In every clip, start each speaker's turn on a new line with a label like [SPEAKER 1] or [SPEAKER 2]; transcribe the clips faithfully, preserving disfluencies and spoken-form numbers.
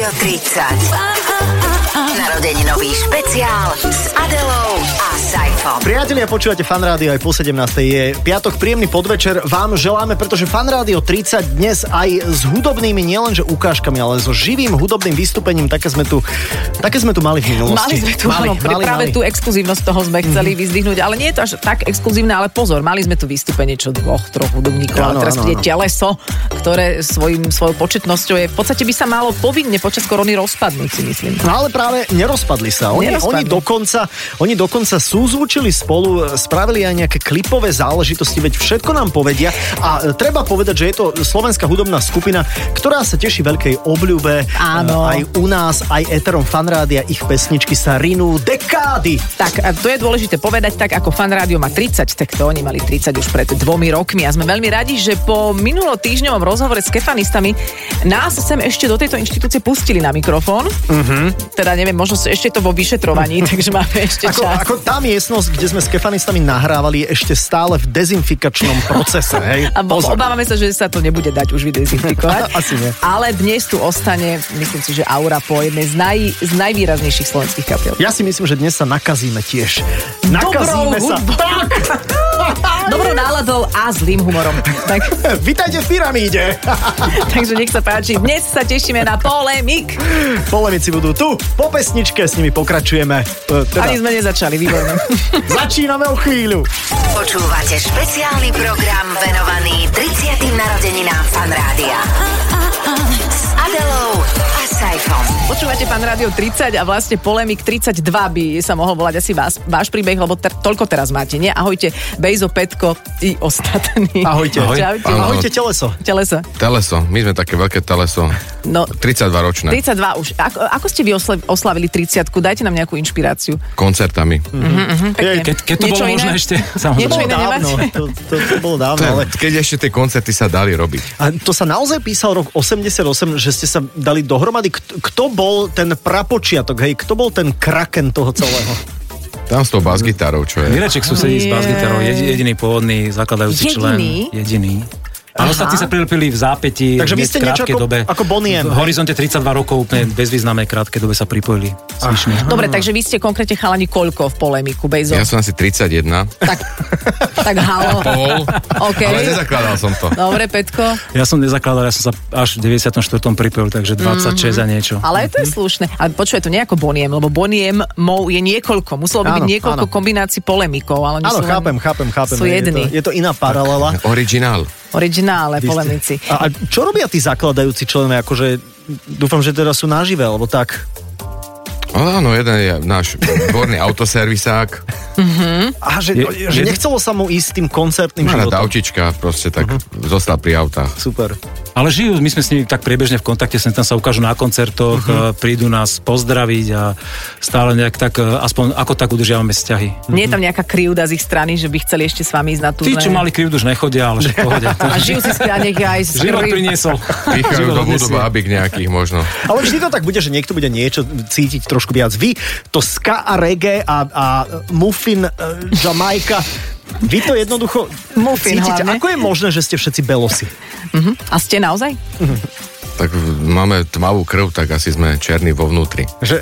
[SPEAKER 1] Fanrádio tridsať. Narodeninový špeciál s Adelou a Saifom.
[SPEAKER 2] Priatelia, počúvate Fanrádio aj po sedemnástej. Je piatok, príjemný podvečer. Vám želáme, pretože Fanrádio tridsať dnes aj s hudobnými, nielenže ukážkami, ale so živým hudobným vystúpením, také sme tu, také sme tu mali v minulosti.
[SPEAKER 3] Mali sme tu,
[SPEAKER 2] mali,
[SPEAKER 3] áno, mali, práve mali. Tú exkluzívnosť toho sme chceli mm. vyzdvihnúť, ale nie je to až tak exkluzívne, ale pozor, mali sme tu vystúpenie čo dvoch, troch hudobníkov, ale teraz je teleso, ktoré svojím, svojou početnosťou je, v podstate by sa malo povinne počas korony rozpadnúť, si myslím.
[SPEAKER 2] No ale práve nerozpadli sa. Oni, oni, dokonca, oni dokonca súzvučili spolu, spravili aj nejaké klipové záležitosti, veď všetko nám povedia a treba povedať, že je to slovenská hudobná skupina, ktorá sa teší veľkej obľúbe.
[SPEAKER 3] Áno.
[SPEAKER 2] Aj u nás, aj éterom Fanrádia, ich pesničky sa rinú dekády.
[SPEAKER 3] Tak, a to je dôležité povedať, tak ako Fanrádio má tridsať, tak to oni mali tridsať už pred dvomi rokmi a sme veľmi radi, že po minulotýždňovom rozhovore s kefanistami nás sem ešte do tejto inštitúcie pustili na mikrofón. Uh-huh. Teda neviem, možno ešte to vo vyšetrovaní, takže máme ešte
[SPEAKER 2] ako,
[SPEAKER 3] čas.
[SPEAKER 2] Ako tá miestnosť, kde sme s kefanistami nahrávali, je ešte stále v dezinfikačnom procese. Hej?
[SPEAKER 3] A obávame sa, že sa to nebude dať už vydezinfikovať.
[SPEAKER 2] Asi nie.
[SPEAKER 3] Ale dnes tu ostane, myslím si, že aura po jednej z, naj, z najvýraznejších slovenských kapiel.
[SPEAKER 2] Ja si myslím, že dnes sa nakazíme tiež. Nakazíme sa. Tak!
[SPEAKER 3] Dobrou náladou a zlým humorom. Tak.
[SPEAKER 2] Vítajte v pyramíde.
[SPEAKER 3] Takže nech sa páči. Dnes sa tešíme na polemik.
[SPEAKER 2] Polemici budú tu. Po pesničke s nimi pokračujeme.
[SPEAKER 3] Teda... Ani sme nezačali, výborné.
[SPEAKER 2] Začíname o chvíľu.
[SPEAKER 1] Počúvate špeciálny program venovaný tridsiatym narodeninám Fanrádia. S Adelou a Saifom.
[SPEAKER 3] Počúvate Fanrádio tridsať a vlastne polemik tridsaťdva by sa mohol volať asi vás, váš príbeh, lebo ter, toľko teraz máte, nie? Ahojte, Bejzo, Petko i ostatní.
[SPEAKER 2] Ahojte.
[SPEAKER 4] Ahoj.
[SPEAKER 3] Ahojte.
[SPEAKER 2] Ahojte, teleso.
[SPEAKER 3] Teleso.
[SPEAKER 4] Teleso, my sme také veľké teleso.
[SPEAKER 3] No,
[SPEAKER 4] tridsaťdva ročné.
[SPEAKER 3] tridsaťdva už. Ako, ako ste vy osla- oslavili tridsiatku? Dajte nám nejakú inšpiráciu.
[SPEAKER 4] Koncertami.
[SPEAKER 3] Mm-hmm, mm-hmm,
[SPEAKER 5] keď, keď to bolo možné ešte, samozrejme.
[SPEAKER 3] Niečo iné
[SPEAKER 2] dávno, to, to, to bolo dávno.
[SPEAKER 4] To je,
[SPEAKER 2] ale...
[SPEAKER 4] Keď ešte tie koncerty sa dali robiť.
[SPEAKER 2] A to sa naozaj písal rok osemdesiatosem, že ste sa dali dohromady. Kto, kto bol ten prapočiatok, hej? Kto bol ten kraken toho celého?
[SPEAKER 4] Tam s tou bas-gitárou, čo je.
[SPEAKER 5] Mireček susedí s bas-gitárou, jediný pôvodný zakladajúci člen. Jediný? A ostatní sa prilepili v zápäti.
[SPEAKER 2] Takže vy ste niečo ako,
[SPEAKER 5] dobe,
[SPEAKER 2] ako Bonnie M.
[SPEAKER 5] V horizonte tridsaťdva rokov úplne bezvýznamnej krátkej dobe sa pripojili. Svišne.
[SPEAKER 3] Dobre, takže vy ste konkrétne chalani koľko v polémiku, Bejzo?
[SPEAKER 4] Ja som asi tridsaťjeden.
[SPEAKER 3] Tak, tak halo.
[SPEAKER 4] Pol.
[SPEAKER 3] Okay.
[SPEAKER 4] Ale nezakladal som to.
[SPEAKER 3] Dobre, Petko.
[SPEAKER 5] Ja som nezakladal, ja som sa až v deväťdesiatom štvrtom pripojil, takže dvadsaťšesť mm-hmm. a niečo.
[SPEAKER 3] Ale to je slušné. Ale počuj, to nie ako Bonnie M, lebo Bonnie M mou je niekoľko. Muselo by byť niekoľko áno. kombinácií polemikov, ale
[SPEAKER 2] áno, chápem, chápem, chápem.
[SPEAKER 3] Sú jedni.
[SPEAKER 2] Je to, je to iná paralela.
[SPEAKER 4] Originál.
[SPEAKER 3] Originále, polemici.
[SPEAKER 2] A, a čo robia tí zakladajúci členovia? Akože, dúfam, že teraz sú nažive, alebo tak.
[SPEAKER 4] Áno, jeden je náš dvorný autoservisák.
[SPEAKER 3] Uh-huh.
[SPEAKER 2] A že,
[SPEAKER 5] je,
[SPEAKER 2] že
[SPEAKER 5] je...
[SPEAKER 2] nechcelo sa mu ísť tým koncertným
[SPEAKER 4] Má
[SPEAKER 2] životom.
[SPEAKER 4] autička, proste tak uh-huh. zostal pri autách.
[SPEAKER 2] Super.
[SPEAKER 5] Ale žijú, my sme s nimi tak priebežne v kontakte, sem tam sa ukážu na koncertoch, uh-huh. prídu nás pozdraviť a stále nejak tak, aspoň ako tak udržiavame vzťahy.
[SPEAKER 3] Nie je tam nejaká krivda z ich strany, že by chceli ešte s vami ísť na turné?
[SPEAKER 5] Tí, čo mali krivdu, už nechodia, ale v pohode.
[SPEAKER 3] A žijú si spia nech aj s
[SPEAKER 5] Život priniesol.
[SPEAKER 4] Pýchajú do budobábik nejakých možno.
[SPEAKER 2] Ale vždy to tak bude, že niekto bude niečo cítiť trošku viac. Vy, to ska a reggae a, a muffin, Jamajka, vy to jednoducho
[SPEAKER 3] Muffin
[SPEAKER 2] cítite.
[SPEAKER 3] hlavne.
[SPEAKER 2] Ako je možné, že ste všetci belosi?
[SPEAKER 3] Uh-huh. A ste naozaj?
[SPEAKER 2] Uh-huh.
[SPEAKER 4] Tak máme tmavú krv, tak asi sme černí vo vnútri.
[SPEAKER 2] Že,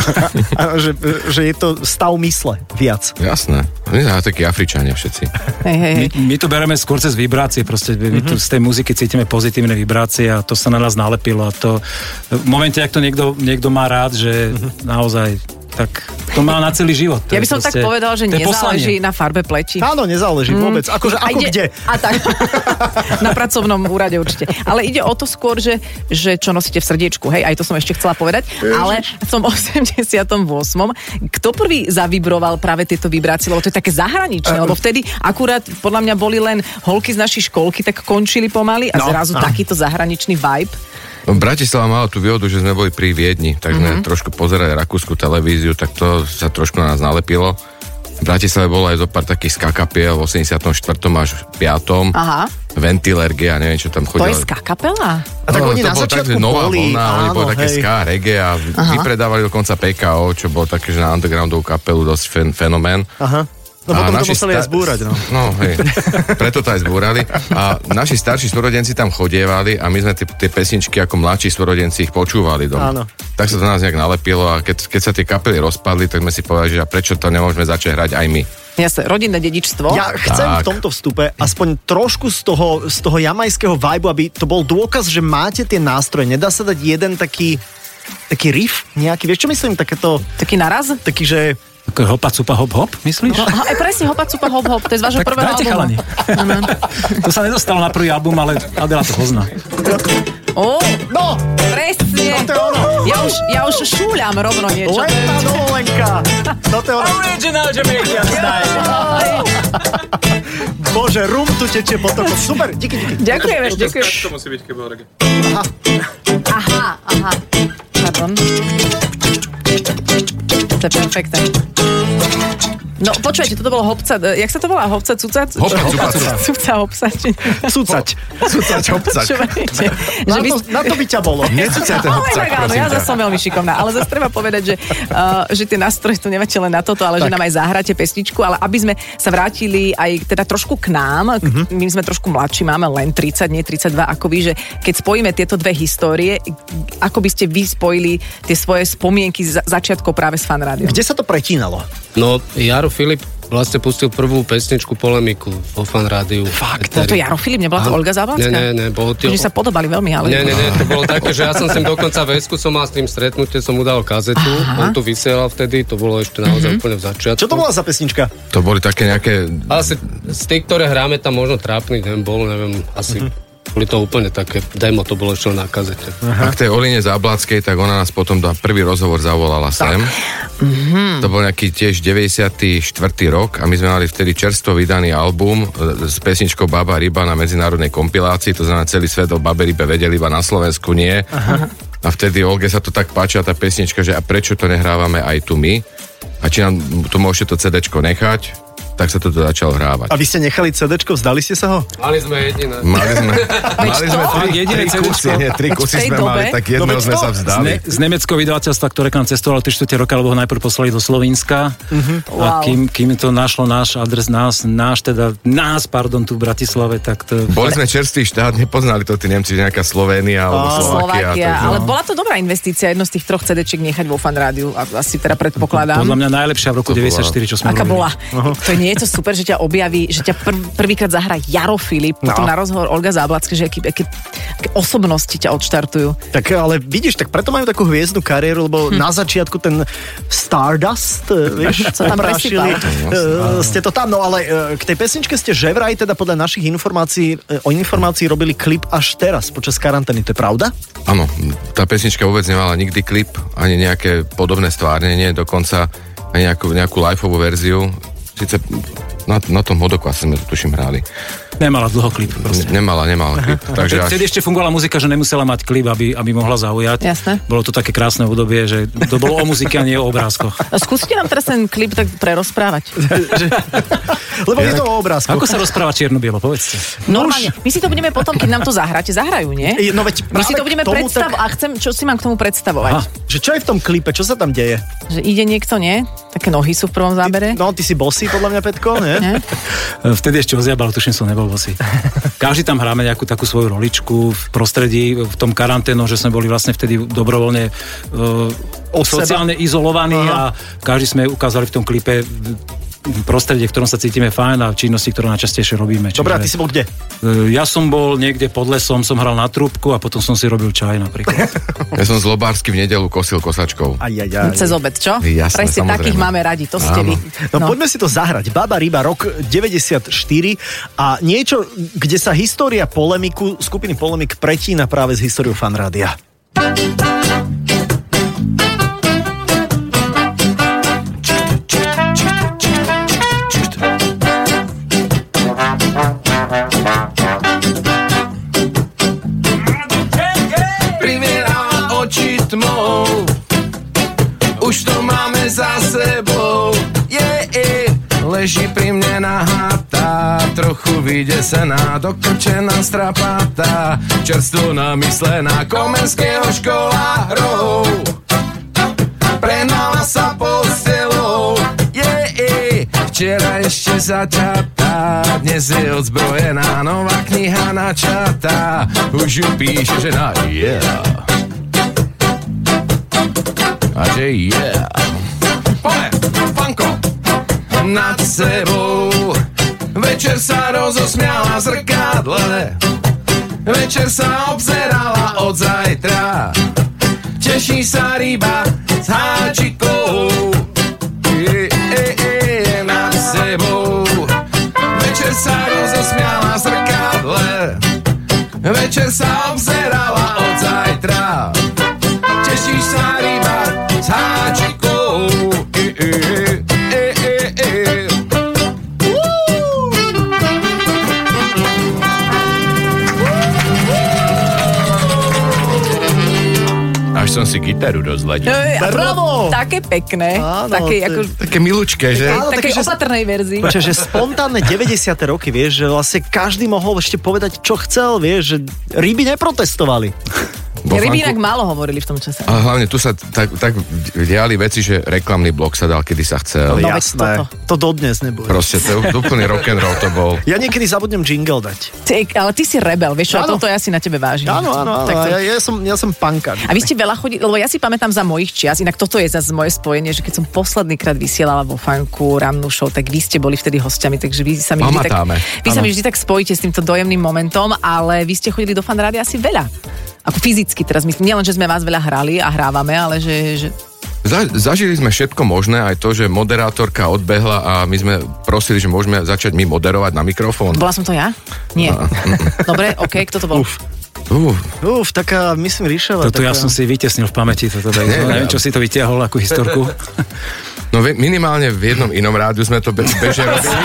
[SPEAKER 2] že, že je to stav mysle viac.
[SPEAKER 4] Jasné. My sme takí Afričania všetci.
[SPEAKER 3] Hej, hej, hej.
[SPEAKER 5] My, my to bereme skôr cez vibrácie, proste my tu z tej muziky cítime pozitívne vibrácie a to sa na nás nalepilo a to v momente, ak to niekto, niekto má rád, že naozaj tak to má na celý život.
[SPEAKER 3] Ja by som proste, tak povedal, že nezáleží na farbe pleti.
[SPEAKER 2] Áno, nezáleží vôbec. Akože ako
[SPEAKER 3] ide,
[SPEAKER 2] kde?
[SPEAKER 3] A tak. Na pracovnom úrade určite. Ale ide o to skôr, že, že čo nosíte v srdiečku. Hej, aj to som ešte chcela povedať. Ale v tom osemdesiatom ôsmom kto prvý zavibroval práve tieto vibrácie? Lebo to je také zahraničné. Lebo vtedy akurát podľa mňa boli len holky z našej školky, tak končili pomaly a no, zrazu no. takýto zahraničný vibe.
[SPEAKER 4] Bratislava mala tú výhodu, že sme boli pri Viedni, tak sme mm-hmm. trošku pozerali rakúsku televíziu, tak to sa trošku na nás nalepilo. V Bratislave bolo aj zo pár takých skakapiel v osemdesiatom štvrtom až piatom.
[SPEAKER 3] Aha.
[SPEAKER 4] Ventilergy a neviem, čo tam chodilo.
[SPEAKER 3] To je skakapela?
[SPEAKER 2] A tak
[SPEAKER 4] no,
[SPEAKER 2] oni
[SPEAKER 4] to
[SPEAKER 2] na
[SPEAKER 4] bolo
[SPEAKER 2] začiatku
[SPEAKER 4] tak, nová
[SPEAKER 2] boli.
[SPEAKER 4] Vlna,
[SPEAKER 2] Áno,
[SPEAKER 4] oni boli také
[SPEAKER 2] hej.
[SPEAKER 4] ska, reggae a
[SPEAKER 3] Aha.
[SPEAKER 4] vypredávali dokonca pé ká ó, čo bolo také, že na undergroundovú kapelu dosť fen, fenomén.
[SPEAKER 2] Aha. No potom to museli aj zbúrať, no.
[SPEAKER 4] No, hej, preto to aj zbúrali. A naši starší súrodenci tam chodievali a my sme tie, tie pesničky ako mladší súrodenci ich počúvali doma.
[SPEAKER 2] Áno.
[SPEAKER 4] Tak sa to nás nejak nalepilo a keď, keď sa tie kapely rozpadli, tak sme si povedali, že a prečo to nemôžeme začať hrať aj my.
[SPEAKER 3] Jasne, rodinné dedičstvo.
[SPEAKER 2] Ja chcem
[SPEAKER 4] Tak.
[SPEAKER 2] v tomto vstupe aspoň trošku z toho, z toho jamajského vibe, aby to bol dôkaz, že máte tie nástroje. Nedá sa dať jeden taký, taký riff nejaký, vieš čo myslím? Takéto,
[SPEAKER 3] Taký naraz?
[SPEAKER 2] taký, že...
[SPEAKER 5] Ako hopa, cupa, hop, hop, myslíš?
[SPEAKER 3] No, aj presne, hopa, cupa, hop, hop. To je z vášho
[SPEAKER 5] Tak
[SPEAKER 3] prvého
[SPEAKER 5] dajte,
[SPEAKER 3] albumu.
[SPEAKER 5] chalani. To sa nedostalo na prvý album, ale Adela to pozná.
[SPEAKER 3] Ó,
[SPEAKER 2] No,
[SPEAKER 3] presne.
[SPEAKER 2] to je ono.
[SPEAKER 3] Ja už, ja už šúľam rovno niečo.
[SPEAKER 2] letná dovolenka. No to je ono.
[SPEAKER 5] Original Jamaican style.
[SPEAKER 2] Bože, rum tu tečie potokom. Super, díky, díky.
[SPEAKER 3] Ďakujeme, ďakujeme.
[SPEAKER 6] To musí byť, keď bol reggae.
[SPEAKER 3] Aha, aha. Pardon. To je perfektné. No, počujete, toto bolo hopca, jak sa to volá? Hopca, cucac?
[SPEAKER 4] Hopa, cupac.
[SPEAKER 3] Cuca, hopsa. Či...
[SPEAKER 2] Cúcať.
[SPEAKER 4] Cúcať, hopcať.
[SPEAKER 3] Čo viete?
[SPEAKER 2] Na
[SPEAKER 3] Že by...
[SPEAKER 2] to, na to by ťa bolo.
[SPEAKER 4] Necúcajte
[SPEAKER 3] Ale
[SPEAKER 4] hopcať,
[SPEAKER 3] tak áno,
[SPEAKER 4] prosím
[SPEAKER 3] ja
[SPEAKER 4] ťa.
[SPEAKER 3] zase som veľmi šikovná, ale zase treba povedať, že, uh, že tie nástroje tu nemáte len na toto, ale tak. Že nám aj zahráte pesničku, ale aby sme sa vrátili aj teda trošku k nám, uh-huh. My sme trošku mladší, máme len tridsať, nie tridsaťdva, ako vy, že keď spojíme tieto dve histórie, ako by ste vy spojili tie svoje spomienky z začiatkov práve s Fan Rádiom?
[SPEAKER 2] Kde sa to pretínalo?
[SPEAKER 7] No, Jaro Filip vlastne pustil prvú pesničku Polemiku vo Fan Rádiu.
[SPEAKER 3] Fakt? Bol to Jaro Filip, nebola to Olga Záblacká?
[SPEAKER 7] Nie, nie, nie. Bolo to...
[SPEAKER 3] Že sa podobali veľmi, ale...
[SPEAKER 7] Nie, nie, nie, to bolo také, že ja som sem dokonca Vesku som mal s tým stretnutie, som mu dal kazetu, Aha. on tu vysielal vtedy, to bolo ešte naozaj mm-hmm. úplne v začiatku.
[SPEAKER 2] Čo to bola za pesnička?
[SPEAKER 4] To boli také nejaké...
[SPEAKER 7] Asi z tých, ktoré hráme, tam možno trápny deň bol, neviem, asi... Mm-hmm. Boli to úplne také, demo to bolo ešte na kazete.
[SPEAKER 4] A k tej Oline Záblackej, tak ona nás potom na prvý rozhovor zavolala sem. Mm-hmm. To bol nejaký tiež deväťdesiaty štvrtý rok a my sme mali vtedy čerstvo vydaný album s pesničkou Baba ryba na medzinárodnej kompilácii, to znamená celý svet o Babe rybe vedeli, iba na Slovensku nie. Aha. A vtedy Olge sa to tak páčila tá pesnička, že a prečo to nehrávame aj tu my? A či nám tu môžete to cédéčko nechať? Tak sa to začalo hrávať.
[SPEAKER 2] A vy ste nechali cédéčko, vzdali ste sa ho?
[SPEAKER 7] Mali sme jediné.
[SPEAKER 4] Mali sme, mali sme tri,
[SPEAKER 5] Jediné
[SPEAKER 4] tri kusy,
[SPEAKER 5] cédéčko.
[SPEAKER 4] nie, tri kusy
[SPEAKER 3] V tej
[SPEAKER 4] sme
[SPEAKER 3] dobe?
[SPEAKER 4] mali, tak jedného
[SPEAKER 2] No,
[SPEAKER 4] sme
[SPEAKER 2] veď
[SPEAKER 4] sa
[SPEAKER 2] to-
[SPEAKER 5] Z,
[SPEAKER 4] vzdali.
[SPEAKER 5] ne, z nemeckého vydavateľstva, ktoré k nám cestovalo tri štvrte roka, lebo ho najprv poslali do Slovenska. Uh-huh. A
[SPEAKER 3] Wow.
[SPEAKER 5] kým, kým to našlo náš adres, nás, náš teda, nás, pardon, tu v Bratislave, tak to...
[SPEAKER 4] Boli sme čerstvý štát, nepoznali to tí Nemci, že nejaká Slovénia alebo Slovakia.
[SPEAKER 3] Slovakia,
[SPEAKER 4] takže-
[SPEAKER 3] ale bola to dobrá investícia, jedno z tých troch cédéčiek nechať vo Fan Rádiu, a- asi teda predpokladám.
[SPEAKER 5] Podľa mňa najlepšia v roku
[SPEAKER 4] To bola-
[SPEAKER 5] deväťdesiatštyri, čo sme
[SPEAKER 3] Aká
[SPEAKER 5] robili.
[SPEAKER 3] bola? To nie je to super, že ťa objaví, že ťa prv, prvýkrát zahrá Jaro Filip, potom
[SPEAKER 2] No.
[SPEAKER 3] na rozhovor Olga Záblacká, že aké, aké, aké osobnosti ťa odštartujú.
[SPEAKER 2] Tak ale vidíš, tak preto majú takú hviezdnu kariéru, lebo hm. na začiatku ten Stardust, eh, vieš,
[SPEAKER 3] Sa tam
[SPEAKER 2] oprášili,
[SPEAKER 3] presypal.
[SPEAKER 2] eh, ste to tam, no ale eh, k tej pesničke ste že vraj teda podľa našich informácií, eh, o informácii robili klip až teraz, počas karantény, to je pravda?
[SPEAKER 4] Áno, tá pesnička vôbec nemala nikdy klip, ani nejaké podobné stvárnenie, dokonca ani nejakú, nejakú liveovú verziu. Sice na, na tom hodokvase sme to tuším hrali.
[SPEAKER 5] Nemala dlho klip proste.
[SPEAKER 4] Nemala, nemala klip. Takže až...
[SPEAKER 5] Vtedy ešte fungovala muzika, že nemusela mať klip, aby, aby mohla zaujať.
[SPEAKER 3] Jasné.
[SPEAKER 5] Bolo to také krásne obdobie, že to bolo o muzike a nie o obrázkoch.
[SPEAKER 3] No, skúste nám teraz ten klip tak prerozprávať.
[SPEAKER 2] Lebo je to o obrázku.
[SPEAKER 5] Ako sa rozpráva čierno-bielo, povedzte.
[SPEAKER 3] Normálne. My si to budeme potom, keď nám to zahráte, zahrajú, nie?
[SPEAKER 2] No veď
[SPEAKER 3] My si to
[SPEAKER 2] práve
[SPEAKER 3] budeme
[SPEAKER 2] k tomu
[SPEAKER 3] predstavovať. A chcem, čo si mám k tomu predstavovať?
[SPEAKER 5] Aha.
[SPEAKER 2] Že čo je v tom klipe, čo sa tam deje?
[SPEAKER 3] Že ide niekto, nie? Také nohy sú v prvom zábere.
[SPEAKER 2] No, ty si bosý, podľa mňa, Petko, nie?
[SPEAKER 3] Nie?
[SPEAKER 5] Vtedy ešte oziabal, tuším, som nebol bosý. Každý tam hráme nejakú takú svoju roličku v prostredí, v tom karanténu, že sme boli vlastne vtedy dobrovoľne uh, sociálne izolovaní. Aha. A každý sme ukázali v tom klipe prostredie, v ktorom sa cítime fajn a činnosti, ktoré najčastejšie robíme.
[SPEAKER 2] Dobre, a ty si bol kde?
[SPEAKER 5] Ja som bol niekde pod lesom, som hral na trúbku a potom som si robil čaj napríklad.
[SPEAKER 4] Ja som z Lobársky v nedelu kosil kosačkou.
[SPEAKER 2] Aj, aj, aj.
[SPEAKER 3] Cez obed, čo?
[SPEAKER 4] Jasné,
[SPEAKER 3] Presne
[SPEAKER 4] samozrejme.
[SPEAKER 3] takých máme radi, to ste
[SPEAKER 4] Áno.
[SPEAKER 3] vy.
[SPEAKER 2] No, poďme si to zahrať. Baba ryba, rok deväťdesiatštyri a niečo, kde sa história polemiku, skupiny Polemik pretína práve s históriou Fan Rádia.
[SPEAKER 8] Privierala oči tmou, už to máme za sebou. Je, yeah, leží pri mne nahatá, trochu vydesená, dokrčená strapatá, čerstvo namyslená, komenského školárov. Prehnala sa postelou, je, yeah, včera ešte zaťatá, dnes je odzbrojená, nová kniha načatá, už ju píše žena, yeah. A že yeah. Pole, panko, nad sebou, večer sa rozosmiala zrkadle, večer sa obzerala od zajtra, teší sa ryba s háčikou, e, e, e, nad sebou, večer sa rozosmiala zrkadle, večer sa obzerala od zajtra, teší sa ryba s háčikou, e, e, e, e, e. Až som si gitaru rozladil.
[SPEAKER 2] Bravo!
[SPEAKER 3] Také pekné.
[SPEAKER 2] Áno,
[SPEAKER 3] také,
[SPEAKER 2] to-
[SPEAKER 3] ako,
[SPEAKER 8] Také milučké, že?
[SPEAKER 2] Áno,
[SPEAKER 3] také
[SPEAKER 2] takže-
[SPEAKER 3] opatrnej verzii.
[SPEAKER 2] Počkaj, že spontánne deväťdesiate roky, vieš, že vlastne každý mohol ešte povedať, čo chcel, vieš, že ryby neprotestovali.
[SPEAKER 4] Vo
[SPEAKER 3] Ryby
[SPEAKER 4] funku-
[SPEAKER 3] inak málo hovorili v tom čase.
[SPEAKER 4] A hlavne tu sa tak, tak diali veci, že reklamný blok sa dal, kedy sa chcel.
[SPEAKER 3] No, veď
[SPEAKER 2] Jasné,
[SPEAKER 3] toto.
[SPEAKER 2] to dodnes nebude.
[SPEAKER 4] Proste to je úplný rock'n'roll to bol.
[SPEAKER 2] Ja niekedy zabudnem jingle dať.
[SPEAKER 3] Ty, ale ty si rebel, vieš čo, a
[SPEAKER 2] Áno.
[SPEAKER 3] toto ja si na tebe vážim.
[SPEAKER 2] Áno, áno, áno,
[SPEAKER 3] Tak to-
[SPEAKER 2] ja, ja, som, ja som punkač.
[SPEAKER 3] A vy ste veľa chodili, lebo ja si pamätám za mojich čias, inak toto je zase moje spojenie, že keď som posledný krát vysielala vo Funku rannú show, tak vy ste boli vtedy hostiami, takže vy sa mi vždy tak,
[SPEAKER 4] Pamatáme.
[SPEAKER 3] vy sa mi vždy tak spojíte s týmto dojemným momentom, ale vy ste chodili do Fan rádia asi veľa. Ako fyzicky teraz myslím, nielen, že sme vás veľa hrali a hrávame, ale že, že
[SPEAKER 4] Za, zažili sme všetko možné, aj to, že moderátorka odbehla a my sme prosili, že môžeme začať my moderovať na mikrofón.
[SPEAKER 3] bola som to ja? Nie. Dobre, OK, kto to bol?
[SPEAKER 2] Uf.
[SPEAKER 4] Uh,
[SPEAKER 2] Uf, taká, myslím, Ríšava.
[SPEAKER 5] Toto
[SPEAKER 2] taká...
[SPEAKER 5] ja som si vytesnil v pamäti, toto bej.
[SPEAKER 4] Nie,
[SPEAKER 5] No, neviem,
[SPEAKER 4] ja-
[SPEAKER 5] čo si to vytiahol, akú historku.
[SPEAKER 4] no ve- minimálne v jednom inom rádiu sme to be- bežne robili.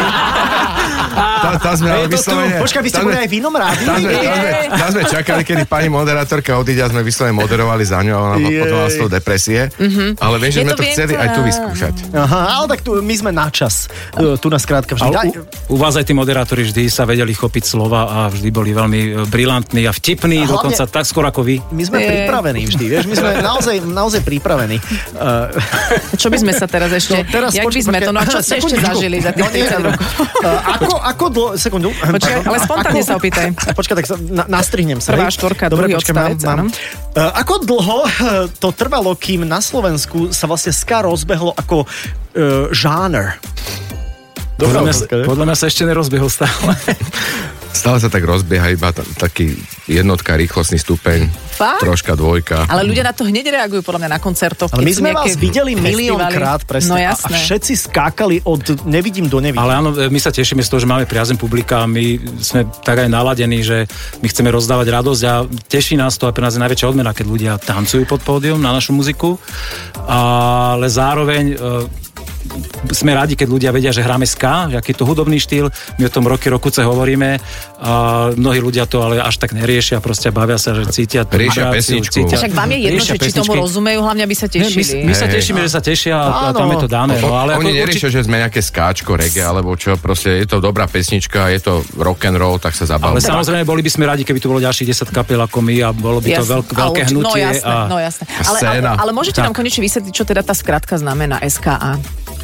[SPEAKER 4] Tá, tá sme ale
[SPEAKER 2] Je to tu.
[SPEAKER 4] vyslovene...
[SPEAKER 2] Počkaj, vy ste
[SPEAKER 4] tá
[SPEAKER 2] boli
[SPEAKER 4] sme-
[SPEAKER 2] aj v inom rádiu?
[SPEAKER 4] Tam sme, tam, sme, tam sme čakali, kedy pani moderátorka odíde a sme vyslovene moderovali za ňu a ona
[SPEAKER 2] Jej.
[SPEAKER 4] potom mala z toho depresie. Mm-hmm. Ale viem, že
[SPEAKER 3] Je
[SPEAKER 4] sme
[SPEAKER 3] to
[SPEAKER 4] to chceli
[SPEAKER 3] vienko,
[SPEAKER 4] aj tu
[SPEAKER 3] áno.
[SPEAKER 4] vyskúšať.
[SPEAKER 2] Aha, ale tak tu, my sme na čas. Uh, Tu nás skrátka vždy.
[SPEAKER 5] Ale
[SPEAKER 2] Daj,
[SPEAKER 5] u, u vás aj tí moderátori vždy sa vedeli chopiť slova a vždy boli veľmi e, brilantní a vtipní,
[SPEAKER 2] A hlavne-
[SPEAKER 5] dokonca tak skoro ako vy.
[SPEAKER 2] my sme
[SPEAKER 3] Je.
[SPEAKER 2] pripravení vždy, vieš, my sme naozaj, naozaj pripravení. Uh,
[SPEAKER 3] Čo by sme sa teraz ešte,
[SPEAKER 2] No, teraz
[SPEAKER 3] jak by
[SPEAKER 2] počkaj,
[SPEAKER 3] sme to, no a čo
[SPEAKER 2] počkaj,
[SPEAKER 3] ste ešte
[SPEAKER 2] sekundičku.
[SPEAKER 3] zažili za tých
[SPEAKER 2] No, nie,
[SPEAKER 3] tridsať
[SPEAKER 2] no.
[SPEAKER 3] rokov?
[SPEAKER 2] Uh, ako, ako dlho... Sekundu.
[SPEAKER 3] Počkaj, ale spontánne sa opýtaj.
[SPEAKER 2] Počkaj, tak sa na, nastrihnem sa.
[SPEAKER 3] Prvá
[SPEAKER 2] hej.
[SPEAKER 3] štvorka,
[SPEAKER 2] Dobre,
[SPEAKER 3] druhý
[SPEAKER 2] počkaj, mám,
[SPEAKER 3] odstavec,
[SPEAKER 2] mám.
[SPEAKER 3] áno.
[SPEAKER 2] Uh, ako dlho uh, to trvalo, kým na Slovensku sa vlastne ska rozbehlo ako uh, žáner?
[SPEAKER 5] Podľa mňa,
[SPEAKER 2] otázka, že?
[SPEAKER 5] podľa mňa sa ešte nerozbehol stále.
[SPEAKER 4] Stále sa tak rozbieha iba t- taký jednotka, rýchlostný stupeň,
[SPEAKER 3] Fakt?
[SPEAKER 4] troška, dvojka.
[SPEAKER 3] Ale ľudia na to hneď reagujú podľa mňa na koncertoch.
[SPEAKER 2] Ale
[SPEAKER 3] keď
[SPEAKER 2] my
[SPEAKER 3] sú
[SPEAKER 2] sme
[SPEAKER 3] nejaké
[SPEAKER 2] vás videli
[SPEAKER 3] festivaly.
[SPEAKER 2] miliónkrát presne
[SPEAKER 3] No
[SPEAKER 2] a, a
[SPEAKER 3] jasné.
[SPEAKER 2] všetci skákali od nevidím do nevidím.
[SPEAKER 5] Ale áno, my sa tešíme z toho, že máme priazeň publika a my sme tak aj naladení, že my chceme rozdávať radosť a teší nás to a pre nás je najväčšia odmena, keď ľudia tancujú pod pódium na našu muziku, ale zároveň e, sme radi, keď ľudia vedia, že hráme ska, že aký je to hudobný štýl, my o tom roky, rokuce hovoríme a mnohí ľudia to ale až tak neriešia, proste bavia sa, že cítia tú
[SPEAKER 4] Riešia
[SPEAKER 5] vibráciu,
[SPEAKER 4] pesničku.
[SPEAKER 5] cítia-
[SPEAKER 3] Však vám je jedno,
[SPEAKER 5] riešia
[SPEAKER 3] že či tomu
[SPEAKER 5] pesničky.
[SPEAKER 3] rozumejú, hlavne aby sa
[SPEAKER 5] Nie, my,
[SPEAKER 3] tešili.
[SPEAKER 5] my sa
[SPEAKER 4] Hej.
[SPEAKER 5] tešíme, že sa tešia a, a
[SPEAKER 2] Áno.
[SPEAKER 5] tam je to dané. No, ale
[SPEAKER 4] Oni
[SPEAKER 5] ako
[SPEAKER 4] neriešia, že sme nejaké skáčko, reggae, alebo čo, proste je to dobrá pesnička, je to rock and roll, tak sa
[SPEAKER 5] Ale
[SPEAKER 4] zabavme.
[SPEAKER 5] samozrejme, boli by sme radi, keby tu bolo ďalších desať kapiel ako my a bolo by to
[SPEAKER 3] Jasné.
[SPEAKER 5] veľk,
[SPEAKER 3] A
[SPEAKER 5] veľké
[SPEAKER 3] určite-
[SPEAKER 5] hnutie.
[SPEAKER 3] No jasné,
[SPEAKER 5] a...
[SPEAKER 3] no jasné. Ale, ale,
[SPEAKER 4] scéna.
[SPEAKER 3] ale môžete
[SPEAKER 5] Tak.
[SPEAKER 3] nám konečne vysvetliť, čo teda tá skratka znamená es ká á?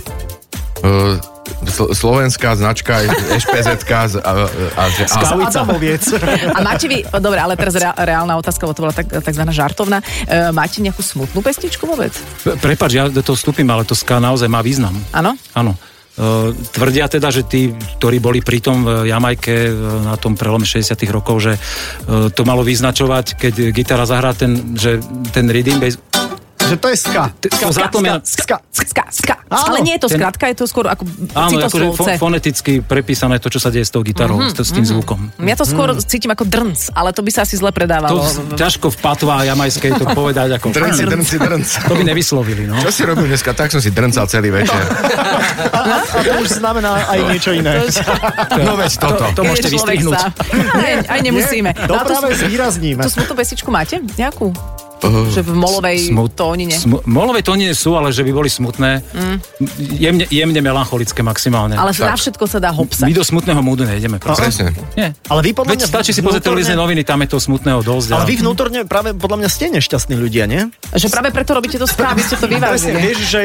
[SPEAKER 4] Uh, sl- slovenská značka, ešpezetka z- a, a, že a,
[SPEAKER 2] Skavica. Adamoviec.
[SPEAKER 3] A máte vy, dobre, ale teraz rea- reálna otázka, lebo to bola tak, takzvaná žartovná. E, máte nejakú smutnú pesničku vôbec?
[SPEAKER 5] Prepač, ja do toho vstúpim, ale to ska naozaj má význam.
[SPEAKER 3] Áno?
[SPEAKER 5] Áno. Uh, tvrdia teda, že tí, ktorí boli pri tom v Jamajke uh, na tom prelome šesťdesiatych rokov, že uh, to malo vyznačovať, keď gitara zahrá ten, že ten rhythm bass,
[SPEAKER 2] Že to je ska.
[SPEAKER 5] T- to zatlmia-
[SPEAKER 2] ska.
[SPEAKER 3] Ska, ska.
[SPEAKER 2] Áno.
[SPEAKER 3] Ale nie je to
[SPEAKER 5] Ten-
[SPEAKER 3] skratka, je to skôr ako
[SPEAKER 5] áno, akože fo-
[SPEAKER 3] citoslovce.
[SPEAKER 5] foneticky prepísané to, čo sa deje s tou gitarou, mm-hmm, s tým zvukom.
[SPEAKER 3] Ja to skôr cítim ako drnc, ale to by sa asi zle
[SPEAKER 5] To
[SPEAKER 3] predávalo.
[SPEAKER 5] ťažko v patvá jamajskej to povedať ako...
[SPEAKER 4] drnci, drnci, drnci.
[SPEAKER 5] To by nevyslovili, no.
[SPEAKER 4] Čo si robil dneska? Tak som si drncal celý večer.
[SPEAKER 2] A, a to už znamená aj niečo iné.
[SPEAKER 4] No veď toto.
[SPEAKER 5] To môžete
[SPEAKER 3] Keď človek
[SPEAKER 5] vystrihnúť.
[SPEAKER 3] sa- Aj, aj nemusíme.
[SPEAKER 2] To
[SPEAKER 3] No a tú-
[SPEAKER 2] práve zvýrazníme.
[SPEAKER 3] Tú smutnú pesničku máte? Nejakú?
[SPEAKER 4] Uh,
[SPEAKER 3] Že v molovej
[SPEAKER 5] Smut-
[SPEAKER 3] tónine?
[SPEAKER 5] Smu- molové tónine sú, ale že by boli smutné. Mm. Jemne, jemne melancholické maximálne.
[SPEAKER 3] Ale na všetko sa dá
[SPEAKER 5] My
[SPEAKER 3] hopsať.
[SPEAKER 5] do smutného múdu nejdeme. Proste.
[SPEAKER 4] Presne.
[SPEAKER 5] Nie.
[SPEAKER 2] Ale vy podľa
[SPEAKER 5] Veď
[SPEAKER 2] mňa
[SPEAKER 5] stačí si pozrieť televízne noviny, tam je toho smutného dosť.
[SPEAKER 2] Ale
[SPEAKER 5] a-
[SPEAKER 2] vy vnútorne práve podľa mňa ste nešťastní ľudia, nie?
[SPEAKER 3] Že práve preto robíte to správy, ste to
[SPEAKER 2] Presne,
[SPEAKER 3] vyvážili.
[SPEAKER 2] vieš, že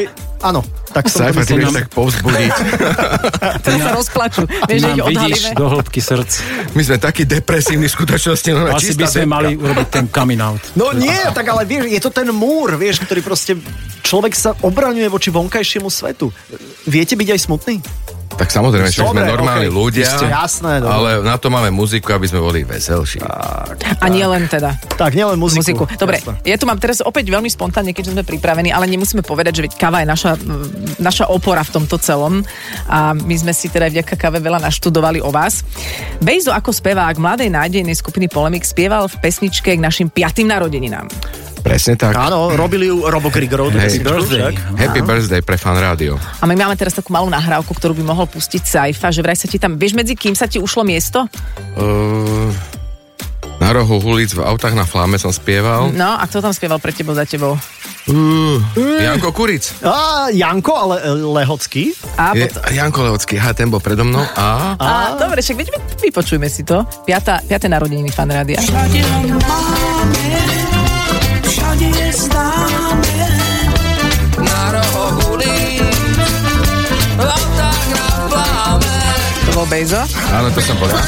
[SPEAKER 2] áno. Tak som
[SPEAKER 4] Sajfa, ty vieš tak povzbudiť.
[SPEAKER 3] Ty sa rozplačú.
[SPEAKER 5] Ty
[SPEAKER 3] Vieš, že
[SPEAKER 5] nám
[SPEAKER 3] ich
[SPEAKER 5] vidíš
[SPEAKER 3] odhalíme.
[SPEAKER 5] do hĺbky srdc.
[SPEAKER 4] My sme takí depresívni v skutočnosti. No,
[SPEAKER 5] Asi by sme
[SPEAKER 4] depka.
[SPEAKER 5] mali urobiť ten coming out.
[SPEAKER 2] No nie, tak ale vieš, je to ten múr, vieš, ktorý proste človek sa obraňuje voči vonkajšiemu svetu. Viete byť aj smutný?
[SPEAKER 4] Tak samozrejme, že sme
[SPEAKER 2] Dobre,
[SPEAKER 4] normálni
[SPEAKER 2] okej.
[SPEAKER 4] ľudia,
[SPEAKER 2] Ste. Jasné, dobre.
[SPEAKER 4] ale na to máme muziku, aby sme boli veselší.
[SPEAKER 3] A nie len teda.
[SPEAKER 2] Tak, nielen muziku.
[SPEAKER 3] Muziku. Dobre,
[SPEAKER 2] Jasné.
[SPEAKER 3] ja tu mám teraz opäť veľmi spontánne, keďže sme pripravení, ale nemusíme povedať, že veď káva je naša, mm, naša opora v tomto celom. A my sme si teda vďaka káve veľa naštudovali o vás. Bejzo ako spevák mladej nádejnej skupiny Polemik spieval v pesničke k našim piatym narodeninám.
[SPEAKER 4] Presne tak.
[SPEAKER 2] Áno, robili ju Robo Grigorov.
[SPEAKER 4] Hej.
[SPEAKER 5] Birthday.
[SPEAKER 4] Happy birthday pre Fan Rádio.
[SPEAKER 3] A my máme teraz takú malú nahrávku, ktorú by mohol pustiť Sajfa, že vraj sa ti tam, vieš medzi kým sa ti ušlo miesto?
[SPEAKER 4] Uh, na rohu ulic v autách na Fláme som spieval.
[SPEAKER 3] No, a kto tam spieval pre tebou za tebou?
[SPEAKER 4] Uh, Janko Kuric.
[SPEAKER 2] Á, Janko, ale e, Lehocký.
[SPEAKER 3] A
[SPEAKER 4] Je,
[SPEAKER 3] potom...
[SPEAKER 4] Janko Lehocký, ha, ten bol predo mnou. A...
[SPEAKER 3] A, dobre, však veď vypočujme si to. Piatá, piaté narodeniny Fan Rádia.
[SPEAKER 6] Všade ho máme, všade je známe. Na rohoch ulic, v autách na Fláme.
[SPEAKER 3] To bol Bejzo.
[SPEAKER 4] Áno, to som bol ja.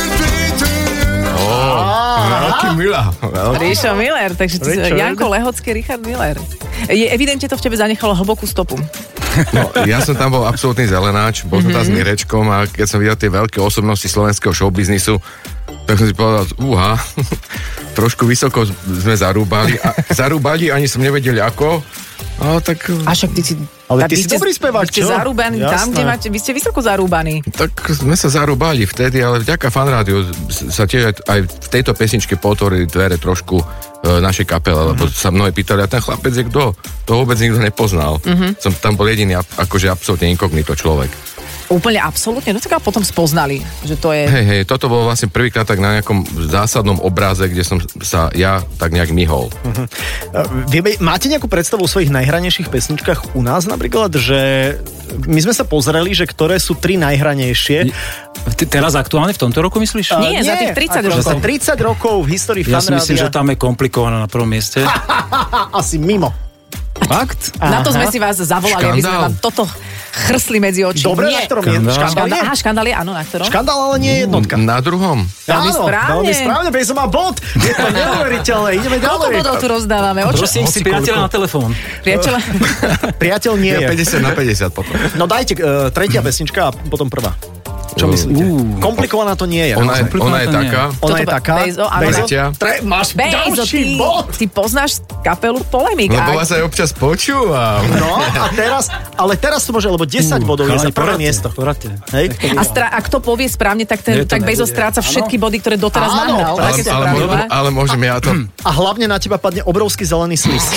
[SPEAKER 4] Ó, veľký Mila. Veľký.
[SPEAKER 3] Ríšo Miller, takže ty,
[SPEAKER 2] Richard.
[SPEAKER 3] Janko Lehocký, Richard Miller. Je, evidentne to v tebe zanechalo hlbokú stopu.
[SPEAKER 4] No, ja som tam bol absolútny zelenáč, bol som tam s Mirečkom a keď som videl tie veľké osobnosti slovenského showbiznisu, tak som si povedal, uha, trošku vysoko sme zarúbali, a zarúbali, ani som nevedel ako, ale tak...
[SPEAKER 3] A však ty si...
[SPEAKER 2] Ale
[SPEAKER 3] tak
[SPEAKER 2] ty
[SPEAKER 3] vy
[SPEAKER 2] si
[SPEAKER 3] ste-
[SPEAKER 2] dobrý spevák,
[SPEAKER 3] vy ste
[SPEAKER 2] čo?
[SPEAKER 3] zarúbaní tam,
[SPEAKER 2] Jasné.
[SPEAKER 3] kde máte... Vy ste vysoko zarúbaní.
[SPEAKER 4] Tak sme sa zarúbali vtedy, ale vďaka Fan Rádiu sa tiež aj, aj v tejto pesničke potvorili dvere trošku e, našej kapele, lebo sa mnohí pýtali, a ten chlapec je kto? To vôbec nikto nepoznal. Som tam bol jediný, akože absolútne inkognito človek.
[SPEAKER 3] Úplne absolútne. No tak a potom spoznali, že to je...
[SPEAKER 4] Hej, hej, toto bolo vlastne prvýkrát tak na nejakom zásadnom obráze, kde som sa ja tak nejak myhol.
[SPEAKER 2] Vieme, máte nejakú predstavu o svojich najhranejších pesničkách u nás napríklad, že my sme sa pozreli, že ktoré sú tri najhranejšie.
[SPEAKER 5] Ty teraz aktuálne v tomto roku myslíš?
[SPEAKER 3] Nie, za tých tridsať
[SPEAKER 2] akože
[SPEAKER 3] rokov.
[SPEAKER 2] Za tridsať rokov v histórii
[SPEAKER 5] Ja si
[SPEAKER 2] Fan
[SPEAKER 5] myslím, že
[SPEAKER 2] Rádia.
[SPEAKER 5] tam je komplikované na prvom mieste.
[SPEAKER 2] Asi mimo.
[SPEAKER 5] Fakt?
[SPEAKER 3] Na to sme si vás zavolali, aby sme
[SPEAKER 4] Škandál.
[SPEAKER 3] vám toto chrsli medzi oči.
[SPEAKER 2] Dobre,
[SPEAKER 3] Nie.
[SPEAKER 2] na ktorom je?
[SPEAKER 5] Škandál.
[SPEAKER 2] Škandál
[SPEAKER 3] Škandál,
[SPEAKER 2] je?
[SPEAKER 3] aha, škandál je, áno, na ktorom?
[SPEAKER 2] Škandál, ale nie je jednotka.
[SPEAKER 4] Na druhom.
[SPEAKER 3] Veľmi
[SPEAKER 2] Áno,
[SPEAKER 3] správne.
[SPEAKER 2] Veľmi správne, bez má bod. Je to neuveriteľné, ideme
[SPEAKER 3] Koľko
[SPEAKER 2] ďalej.
[SPEAKER 3] bodov tu rozdávame? O čo?
[SPEAKER 5] Prosím si priateľa na telefón.
[SPEAKER 3] Priateľa?
[SPEAKER 2] Priateľ nie
[SPEAKER 4] Ja
[SPEAKER 2] je.
[SPEAKER 4] päťdesiat na päťdesiat potom.
[SPEAKER 2] No dajte uh, tretia pesnička a potom prvá. Čo myslíte?
[SPEAKER 5] Uh.
[SPEAKER 2] Komplikovaná to nie je.
[SPEAKER 4] Ona je,
[SPEAKER 2] naozaj.
[SPEAKER 4] ona je
[SPEAKER 5] to nie.
[SPEAKER 4] taká.
[SPEAKER 2] Ona
[SPEAKER 3] Toto
[SPEAKER 2] je
[SPEAKER 3] ba-
[SPEAKER 2] taká.
[SPEAKER 3] Bejzo, áno.
[SPEAKER 2] Bejzo,
[SPEAKER 4] Tretia.
[SPEAKER 2] tre, máš
[SPEAKER 3] Bejzo,
[SPEAKER 2] ďalší
[SPEAKER 3] ty,
[SPEAKER 2] bod.
[SPEAKER 3] ty poznáš kapelu Polemik.
[SPEAKER 4] Lebo
[SPEAKER 3] a-
[SPEAKER 4] vás aj občas počúvam.
[SPEAKER 2] No a teraz, ale teraz to môže, lebo desať bodov je za prvé miesto.
[SPEAKER 5] Poradte.
[SPEAKER 2] Hej?
[SPEAKER 3] A, stra- a kto povie správne, tak, ten,
[SPEAKER 5] Nie, to
[SPEAKER 3] tak Bejzo
[SPEAKER 5] nebude.
[SPEAKER 3] stráca všetky body, ktoré doteraz
[SPEAKER 2] Áno,
[SPEAKER 3] nahral.
[SPEAKER 2] ale-
[SPEAKER 3] Také sú
[SPEAKER 4] Ale,
[SPEAKER 3] pravidlá.
[SPEAKER 4] ale, ale môžem ja to...
[SPEAKER 2] A hlavne na teba padne obrovský zelený slis.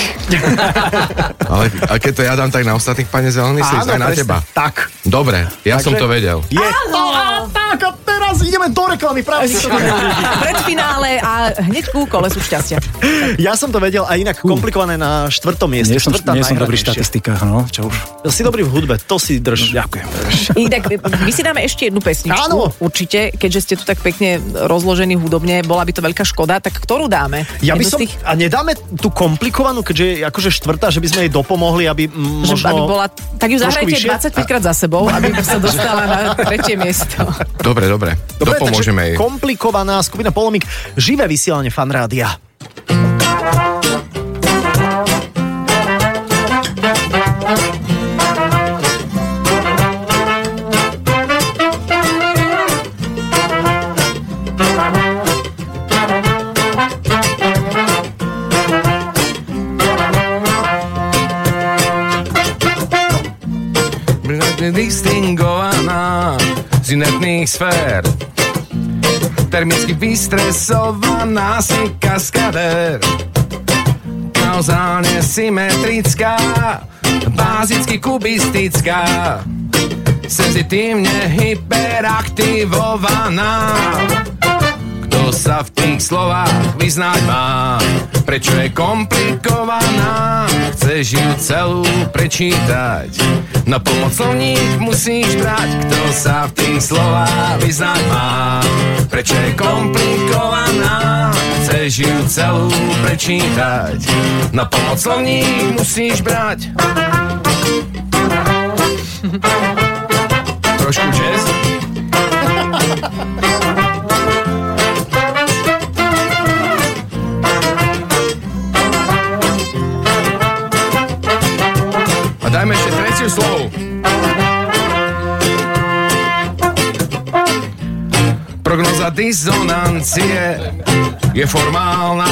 [SPEAKER 4] Ale a keď to ja dám, tak na ostatných pane zelený slíz, aj na
[SPEAKER 2] presne.
[SPEAKER 4] teba.
[SPEAKER 2] Tak.
[SPEAKER 4] Dobre, ja
[SPEAKER 2] Takže-
[SPEAKER 4] som to vedel.
[SPEAKER 2] Je. No a tak a teraz ideme do reklamy. Práve si to vedel.
[SPEAKER 3] Predfinále a hneď ku kolesu šťastia.
[SPEAKER 2] Ja som to vedel a inak komplikované na štvrtom mieste.
[SPEAKER 5] Nie som,
[SPEAKER 2] Štvrtá
[SPEAKER 5] nie som dobrý v
[SPEAKER 2] najhranejšia.
[SPEAKER 5] štatistikách, no, čo už.
[SPEAKER 2] Si dobrý v hudbe, to si drž.
[SPEAKER 5] Ďakujem.
[SPEAKER 3] Inak, my si dáme ešte jednu pesničku.
[SPEAKER 2] Áno.
[SPEAKER 3] Určite, keďže ste tu tak pekne rozložení hudobne, bola by to veľká škoda, tak ktorú dáme?
[SPEAKER 2] Ja by
[SPEAKER 3] Jednu z
[SPEAKER 2] som,
[SPEAKER 3] tých,
[SPEAKER 2] a nedáme tú komplikovanú, keďže je akože štvrtá, že by sme jej dopomohli, aby mm,
[SPEAKER 3] že,
[SPEAKER 2] možno...
[SPEAKER 3] aby bola, tak ju
[SPEAKER 2] trošku
[SPEAKER 3] zahrajte
[SPEAKER 2] vyššie?
[SPEAKER 3] dvadsaťpäť krát za sebou, aby sa dostala na tretie miesto.
[SPEAKER 4] Dobre, dobre.
[SPEAKER 2] Dobre,
[SPEAKER 4] Dopomôžeme jej.
[SPEAKER 2] takže komplikovaná skupina Polemik, živé vysielanie Fan Rádia.
[SPEAKER 8] Distingovaná z inертných sfér, termicky vystresovaná si kaskadér, kauzálne symetrická, bázicky kubistická, senzitívne hyperaktivovaná. Kto sa v tých slovách vyznať má, prečo je komplikovaná, chceš ju celú prečítať, na pomoc slovník musíš brať. Kto sa v tých slovách vyznať má, prečo je komplikovaná, chceš ju celú prečítať, na pomoc slovník musíš brať. Trošku jazz. A dajme ešte tretiu slovu. Prognoza disonancie je formálna.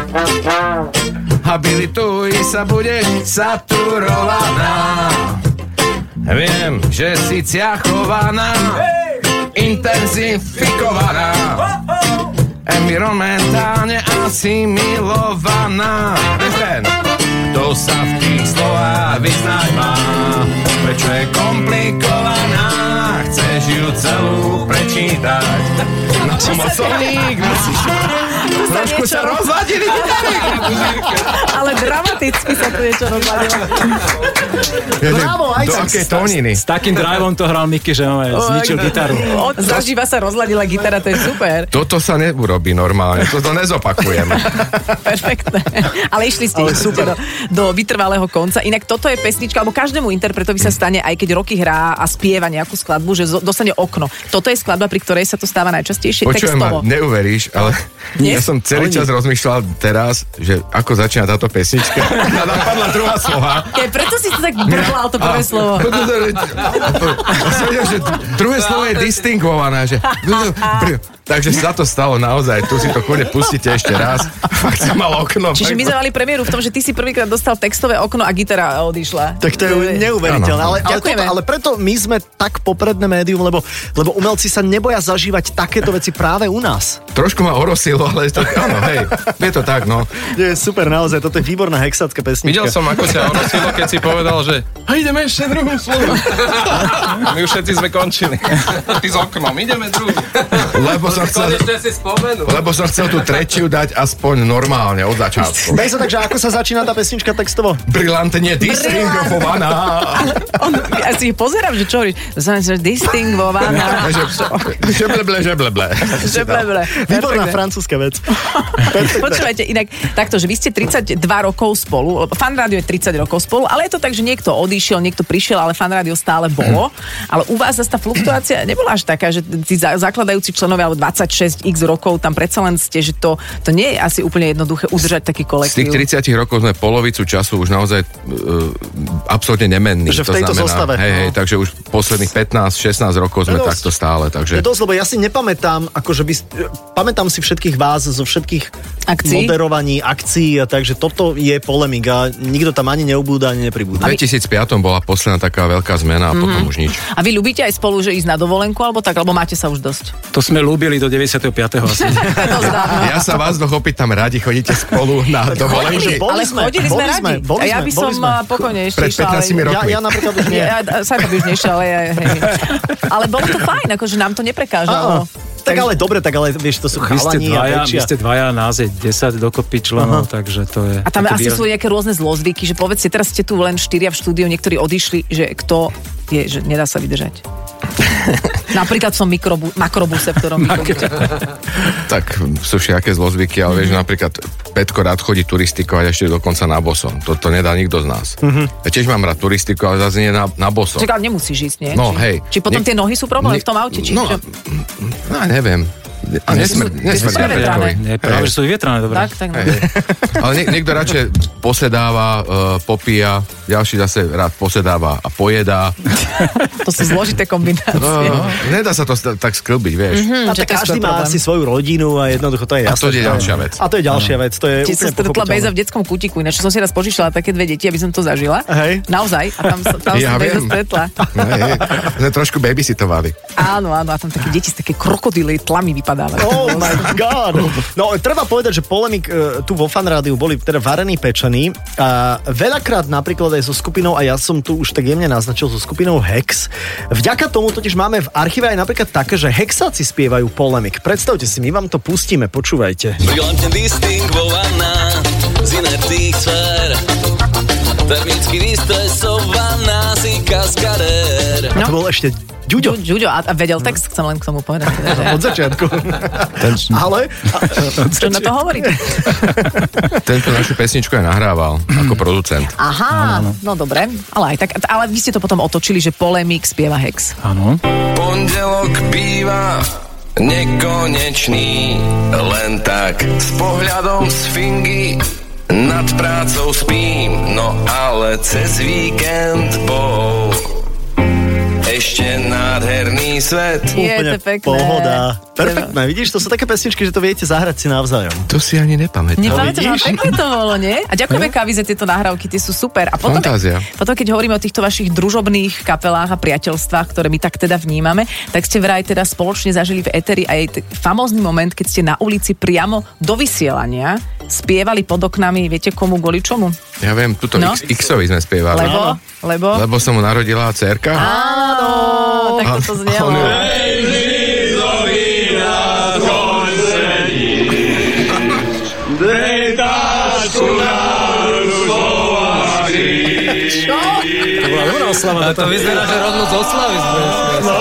[SPEAKER 8] Habilituj sa, budeš saturovaná. Viem, že si ciachovaná, intenzifikovaná, environmentálne asimilovaná. Refrén. Kto sa v tých slovách vyznať má, prečo je komplikovaná, chceš ju celú prečítať. Na pomocník musíš... Trošku sa rozladili.
[SPEAKER 3] Ale dramaticky sa tu niečo rozladilo.
[SPEAKER 2] Bravo, aj
[SPEAKER 8] do
[SPEAKER 2] tak.
[SPEAKER 8] akej tóniny.
[SPEAKER 5] S takým driveom to hral Miky, že no, zničil gitaru.
[SPEAKER 3] Zaživa sa rozladila gitara, to je super.
[SPEAKER 8] Toto sa neurobí normálne, toto nezopakujem.
[SPEAKER 3] Perfektné. Ale išli ste,
[SPEAKER 2] Ale
[SPEAKER 3] išli ste do, do vytrvalého konca. Inak toto je pesnička, alebo každému interpretovi sa stane, aj keď roky hrá a spieva nejakú skladbu, že zo- dostane okno. Toto je skladba, pri ktorej sa to stáva najčastejšie
[SPEAKER 8] Počujem ma,
[SPEAKER 3] textovo.
[SPEAKER 8] neuveríš, ale
[SPEAKER 3] Nie?
[SPEAKER 8] ja som celý čas rozmýšľal teraz, že ako začína táto pesnička. A napadla druhá slova.
[SPEAKER 3] Ke, preto si to tak brhlal to prvé slovo.
[SPEAKER 8] Že druhé slovo je distingované. Že... Takže sa to stalo naozaj. Tu si to kľudne pustíte ešte raz. Fakt som mal okno.
[SPEAKER 3] Čiže my sme mali premiéru v tom, že ty si prvýkrát dostal textové okno a gitara odišla.
[SPEAKER 2] Tak to je neuveriteľné. Ale, ale, toto,
[SPEAKER 3] Ďakujeme.
[SPEAKER 2] ale preto my sme tak popredné médium, lebo, lebo umelci sa neboja zažívať takéto veci práve u nás.
[SPEAKER 8] Trošku ma orosilo, ale to, áno, hej, je to tak, no.
[SPEAKER 2] Je super, naozaj, toto je výborná hexácka pesnička.
[SPEAKER 9] Videl som, ako ťa orosilo, keď si povedal, že a ideme ešte druhú slovu. My už všetci sme končili. Ty s oknom, ideme druhú.
[SPEAKER 8] Lebo som chcel,
[SPEAKER 7] Konečne si spomenul.
[SPEAKER 8] lebo som chcel tú tretiu dať aspoň normálne od začiatku.
[SPEAKER 2] Daj sa takže, ako sa začína tá pesnička textovo?
[SPEAKER 8] Brilantne distingovaná.
[SPEAKER 3] On, ja si pozerám, že čo hovoríš. Znamená, že distingovaná.
[SPEAKER 8] Žebleble, žebleble.
[SPEAKER 3] Žebleble.
[SPEAKER 2] Výborná
[SPEAKER 3] Perfektné.
[SPEAKER 2] francúzska vec.
[SPEAKER 3] Počúvajte, inak takto, že vy ste tridsaťdva rokov spolu, Fan Rádio je tridsať rokov spolu, ale je to tak, že niekto odišiel, niekto prišiel, ale Fan Rádio stále bolo. Ale u vás zase tá fluktuácia nebola až taká, že tí za- zakladajúci členovia, alebo dvadsaťšesť x rokov tam predsa len ste, že to, to nie je asi úplne jednoduché udržať taký
[SPEAKER 8] Z tých
[SPEAKER 3] kolektív.
[SPEAKER 8] tridsať rokov sme polovicu času už naozaj uh, absolútne nemenní.
[SPEAKER 2] Že v tejto zostave.
[SPEAKER 8] Hej, hej, takže už posledných pätnásť šestnásť rokov sme
[SPEAKER 2] No,
[SPEAKER 8] takto stále.
[SPEAKER 2] Je
[SPEAKER 8] Takže...
[SPEAKER 2] dosť, lebo ja si nepamätám, akože by, pamätám si všetkých vás zo všetkých
[SPEAKER 3] Akcií?
[SPEAKER 2] moderovaní, akcií, a takže toto je polemika. Nikto tam ani neubúda, ani nepribúda.
[SPEAKER 8] V dvetisícpäť bola posledná taká veľká zmena a potom už nič.
[SPEAKER 3] A vy ľubíte aj spolu, že ísť na dovolenku, alebo tak, alebo máte sa už dosť?
[SPEAKER 5] To sme ľúbili do deväťdesiateho piateho asi.
[SPEAKER 3] To zdá.
[SPEAKER 8] Ja sa vás dvoch opýtam, radi chodíte spolu na dovolenky?
[SPEAKER 2] Boli
[SPEAKER 3] Ale
[SPEAKER 2] sme,
[SPEAKER 3] chodili sme
[SPEAKER 2] boli sme,
[SPEAKER 3] radi.
[SPEAKER 2] boli
[SPEAKER 3] A ja
[SPEAKER 2] sme,
[SPEAKER 3] by
[SPEAKER 2] boli
[SPEAKER 3] som
[SPEAKER 2] sme.
[SPEAKER 3] a, pokojne ešte
[SPEAKER 8] Pred
[SPEAKER 3] išla.
[SPEAKER 8] pätnástimi
[SPEAKER 3] ale-
[SPEAKER 2] Ja,
[SPEAKER 8] rokmi.
[SPEAKER 2] ja napríklad už nie.
[SPEAKER 3] Ja, Sajfa by už nešiel, ale, ja, hej. Ale bolo to fajn, akože nám to neprekážalo.
[SPEAKER 2] Áno. Tak ale dobre, tak ale vieš, to sú
[SPEAKER 5] Vy ste
[SPEAKER 2] chalani a
[SPEAKER 5] dvaja, vy
[SPEAKER 2] väčšia.
[SPEAKER 5] ste dvaja, nás je desať dokopy členov, takže to je...
[SPEAKER 3] A tam
[SPEAKER 5] taký
[SPEAKER 3] asi
[SPEAKER 5] výraz-
[SPEAKER 3] sú nejaké rôzne zlozvyky, že povedzte, teraz ste tu len štyria v štúdiu, niektorí odišli, že kto je, že nedá sa vydržať. Napríklad som mikrobu, makrobuse, v ktorom vy chodíte.
[SPEAKER 8] Tak sú všetké zlozvyky, ale vieš, napríklad Petko rád chodí turistikovať ešte dokonca na boso. To, to nedá nikto z nás. Ja tiež mám rád turistiku, ale zase nie na, na boso.
[SPEAKER 3] Čak, ale nemusíš ísť, nie?
[SPEAKER 8] No,
[SPEAKER 3] či,
[SPEAKER 8] hej.
[SPEAKER 3] Či potom
[SPEAKER 8] Nie-
[SPEAKER 3] tie nohy sú problém
[SPEAKER 8] nie-
[SPEAKER 3] v tom aute? Či,
[SPEAKER 8] no,
[SPEAKER 3] čo?
[SPEAKER 8] no, neviem. A nesmer, nesmer
[SPEAKER 3] sú vyvetrané.
[SPEAKER 5] Nie, práve, že sú vyvietrané, dobre.
[SPEAKER 3] Tak, tak. No.
[SPEAKER 8] Hej. Ale nie, niekto radšej posedáva, uh, popíja, ďalší zase rád posedáva a pojedá.
[SPEAKER 3] To sú zložité kombinácie.
[SPEAKER 8] Uh, nedá sa to st- tak sklbiť, vieš.
[SPEAKER 3] Hm,
[SPEAKER 2] A
[SPEAKER 3] že
[SPEAKER 2] tak
[SPEAKER 3] to je
[SPEAKER 2] každý
[SPEAKER 3] skôr
[SPEAKER 2] má
[SPEAKER 3] problém.
[SPEAKER 2] asi svoju rodinu a jednoducho to je
[SPEAKER 8] A
[SPEAKER 2] jasné.
[SPEAKER 8] to je
[SPEAKER 2] že
[SPEAKER 8] ďalšia vec.
[SPEAKER 2] A to je ďalšia vec, to je
[SPEAKER 3] Či som
[SPEAKER 2] úplne
[SPEAKER 3] stretla Bejza
[SPEAKER 2] pochopiteľné.
[SPEAKER 3] v detskom kutiku, ináč som si raz požičala také dve deti, aby som to zažila.
[SPEAKER 2] Hej.
[SPEAKER 3] Naozaj. A tam, sa- tam
[SPEAKER 8] Ja
[SPEAKER 3] som Bejza
[SPEAKER 8] viem.
[SPEAKER 3] stretla.
[SPEAKER 8] Hej, hej. Sme trošku babysitovali.
[SPEAKER 3] Áno, áno. A tam také deti z také krokodílej tlamy vypadávajú.
[SPEAKER 2] Oh my god. No, treba povedať, že polemik e, tu vo Fan Rádiu boli teda varení, pečení. A veľakrát napríklad aj so skupinou, a ja som tu už tak jemne naznačil, so skupinou Hex. Vďaka tomu totiž máme v archíve aj napríklad také, že Hexáci spievajú polemik. Predstavte si, my vám to pustíme, počúvajte.
[SPEAKER 10] Brilantne distingovaná z inertných sfér, termicky vystresovaná si kaskadér.
[SPEAKER 3] No,
[SPEAKER 2] bol ešte Ďuďo.
[SPEAKER 3] Ďuďo, a, a vedel text, chcem len k tomu povedať. Teda, že...
[SPEAKER 2] Od začiatku. Ale...
[SPEAKER 3] Čo na to hovoríte?
[SPEAKER 4] Tento našu pesničku aj nahrával ako producent.
[SPEAKER 3] Aha, no dobre, ale aj tak. Ale vy ste to potom otočili, že Polemik spieva Hex.
[SPEAKER 5] Áno.
[SPEAKER 8] Pondelok býva nekonečný, len tak s pohľadom z fingy. Nad prácou spím, no ale cez víkend bol ešte nádherný svet.
[SPEAKER 3] Je
[SPEAKER 2] Úplne
[SPEAKER 3] to pekné.
[SPEAKER 2] pohoda. Perfektné, vidíš, to sú také pesničky, že to viete zahrať si navzájom.
[SPEAKER 4] To si ani nepamätám.
[SPEAKER 3] Nepamätáš, ale pekné to bolo, nie? A ďakujeme Kavi za tieto nahrávky, tie sú super. A potom,
[SPEAKER 4] Fantázia.
[SPEAKER 3] potom, keď hovoríme o týchto vašich družobných kapelách a priateľstvách, ktoré my tak teda vnímame, tak ste vraj teda spoločne zažili v eteri aj t- famózny moment, keď ste na ulici priamo do vysielania spievali pod oknami, viete komu, kvôli čomu?
[SPEAKER 4] Ja viem, tuto
[SPEAKER 3] No.
[SPEAKER 4] X, Xovi sme spievali.
[SPEAKER 3] Lebo? Lebo?
[SPEAKER 4] Lebo sa mu narodila dcerka.
[SPEAKER 3] Áno, tak to to znelo. Čo?
[SPEAKER 5] To bola dobrá oslava.
[SPEAKER 7] A to vyzerá, že rovno z oslavy sme. No.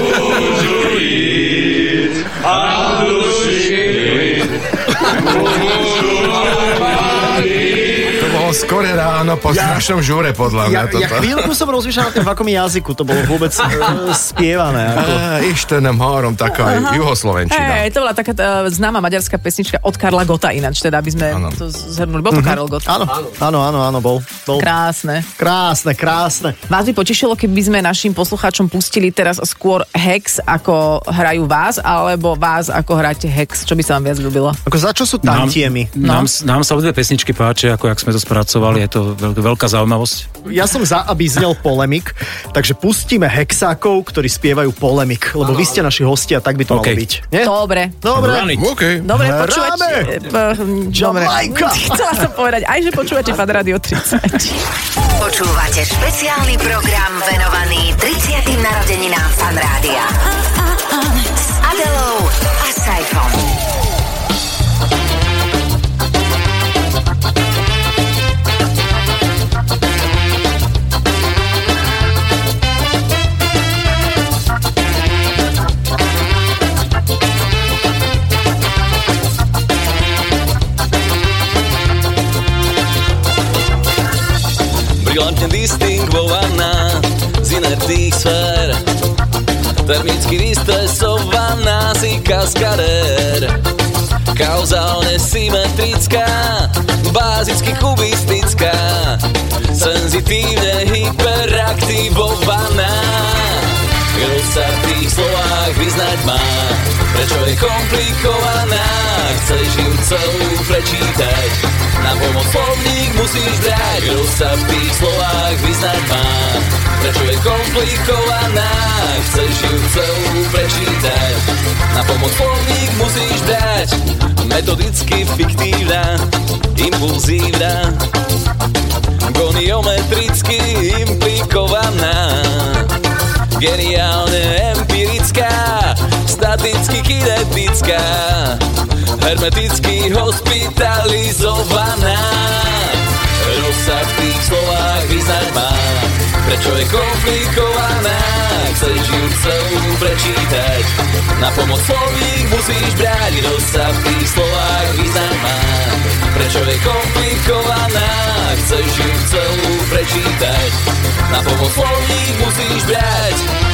[SPEAKER 4] To bolo skore ráno po
[SPEAKER 2] Ja-
[SPEAKER 4] strašnom žúre, podľa mňa.
[SPEAKER 2] Ja, ja
[SPEAKER 4] toto.
[SPEAKER 2] chvíľku som rozmýšľal na tým, v akom jazyku to bolo vôbec uh, spievané. Ako...
[SPEAKER 4] Uh, Istenem horom, taká juhoslovenčina.
[SPEAKER 3] Hej, to bola taká uh, známa maďarská pesnička od Karla Gota ináč, teda aby sme
[SPEAKER 4] Áno.
[SPEAKER 3] to zhrnuli. Bol to Karel Gott.
[SPEAKER 2] Áno, áno, áno, áno, bol. bol.
[SPEAKER 3] Krásne.
[SPEAKER 2] Krásne, krásne.
[SPEAKER 3] Vás by potešilo, keby sme našim poslucháčom pustili teraz skôr Hex, ako hrajú vás, alebo vás, ako hráte Hex? Čo by sa vám viac ľúbilo?
[SPEAKER 2] Ako za čo sú tantiemy?
[SPEAKER 5] Nám, nám sa obidve pesničky páčia, ako jak sme to spracovali, je to veľk, veľká zaujímavosť.
[SPEAKER 2] Ja som za, aby znel Polemik, takže pustíme Hexákov, ktorí spievajú Polemik, lebo vy ste naši hostia, tak by to
[SPEAKER 5] OK.
[SPEAKER 2] malo byť. Nie?
[SPEAKER 3] Dobre.
[SPEAKER 2] Dobre.
[SPEAKER 5] Run it.
[SPEAKER 4] OK.
[SPEAKER 3] Dobre,
[SPEAKER 2] Hráme.
[SPEAKER 3] počúvate. Dobre.
[SPEAKER 2] Jamajka.
[SPEAKER 3] Chcela som povedať aj, že počúvate Fan Rádio tridsať.
[SPEAKER 1] Počúvate špeciálny program venovaný tridsiatym narodeninám Fan Rádia. S Adelou a Saifom.
[SPEAKER 10] Brilantne distingvovaná z inertných sfér, termicky vystresovaná si kaskarér, kauzálne symetrická, bázicky kubistická, senzitívne hyperaktivovaná. Kto sa v tých slovách vyznať má, prečo je komplikovaná, chceš ju celú prečítať, na pomoc slovník musíš brať. Kto sa v tých slovách vyznať má, prečo je komplikovaná, chceš ju celú prečítať, na pomoc slovník musíš brať. Metodicky fiktívna, impulzívna, goniometricky implikovaná, geniálne empirická, staticky kinetická, hermeticky hospitalizovaná. Kto sa v tých slovách vyznať má, prečo je komplikovaná, chceš ju celú prečítať, na pomoc slovník musíš brať. Kto sa v tých slovách vyznať má, prečo je komplikovaná, chceš ju celú prečítať, na pomoc slovník musíš brať.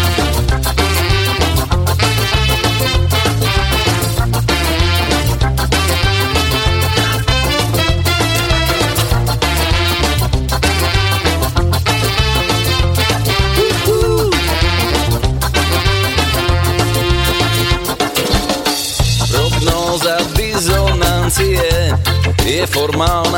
[SPEAKER 10] Prognóza dizonancie je formálna,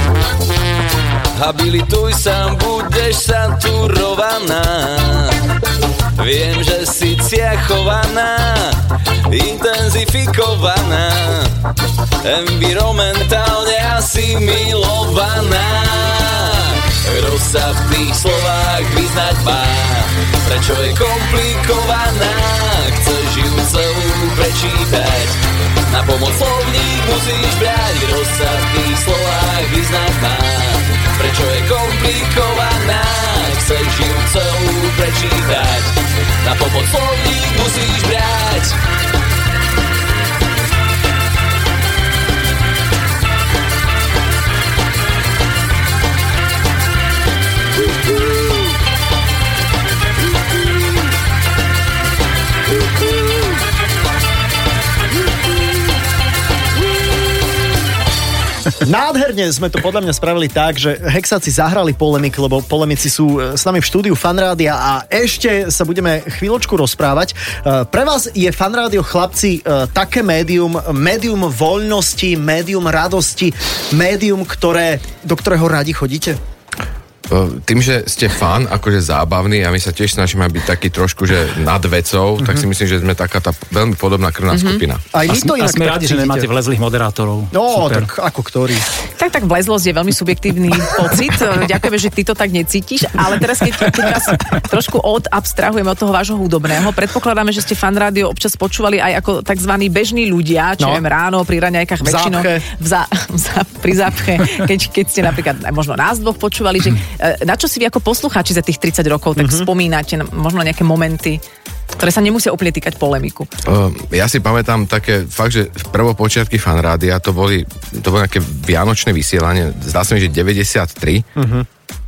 [SPEAKER 10] habilituj sa, budeš saturovaná. Viem, že si ciachovaná, intenzifikovaná, environmentálne asimilovaná. Kto sa v tých slovách vyznať má, prečo je komplikovaná, chceš ju celú prečítať, na pomoc slovník musíš brať. Kto sa v tých slovách vyznať má, prečo je komplikovaná, chceš ju celú prečítať, pomoc slovník musíš brať.
[SPEAKER 2] Nádherne sme to podľa mňa spravili tak, že Hexáci zahrali polemiky, lebo polemici sú s nami v štúdiu Fanrádia a ešte sa budeme chvíľočku rozprávať. Pre vás je Fanrádio, chlapci, také médium, médium voľnosti, médium radosti, médium, ktoré, do ktorého radi chodíte?
[SPEAKER 4] Tým, že ste fan, akože zábavný a my sa tiež snažíme byť taký trošku, že nad vecou, mm-hmm. tak si myslím, že sme taká tá veľmi podobná krvná mm-hmm. skupina.
[SPEAKER 5] Aj my to inak a sme rádi, že nemáte vlezlých moderátorov.
[SPEAKER 2] No, super. Tak ako ktorý?
[SPEAKER 3] Tak, tak vlezlosť je veľmi subjektívny pocit. Ďakujeme, že ty to tak necítiš, ale teraz, keď, keď vás trošku odabstrahujeme od toho vášho hudobného, predpokladáme, že ste Fanrádio občas počúvali aj ako takzvaní bežní ľudia, čo no. viem, ráno pri raňajkách väčšinou v zá, v zá, pri zápche, keď, keď ste napríklad možno nás dvoch počúvali, že na čo si vy ako poslucháči za tých tridsať rokov tak mm-hmm. spomínate, možno nejaké momenty, ktoré sa nemusia úplne týkať polemiku?
[SPEAKER 4] Uh, ja si pamätám také, fakt, že prvopočiatky Fanrádia, to boli, to bolo nejaké vianočné vysielanie, zdá sa mi, že deväťdesiattri. Mm-hmm.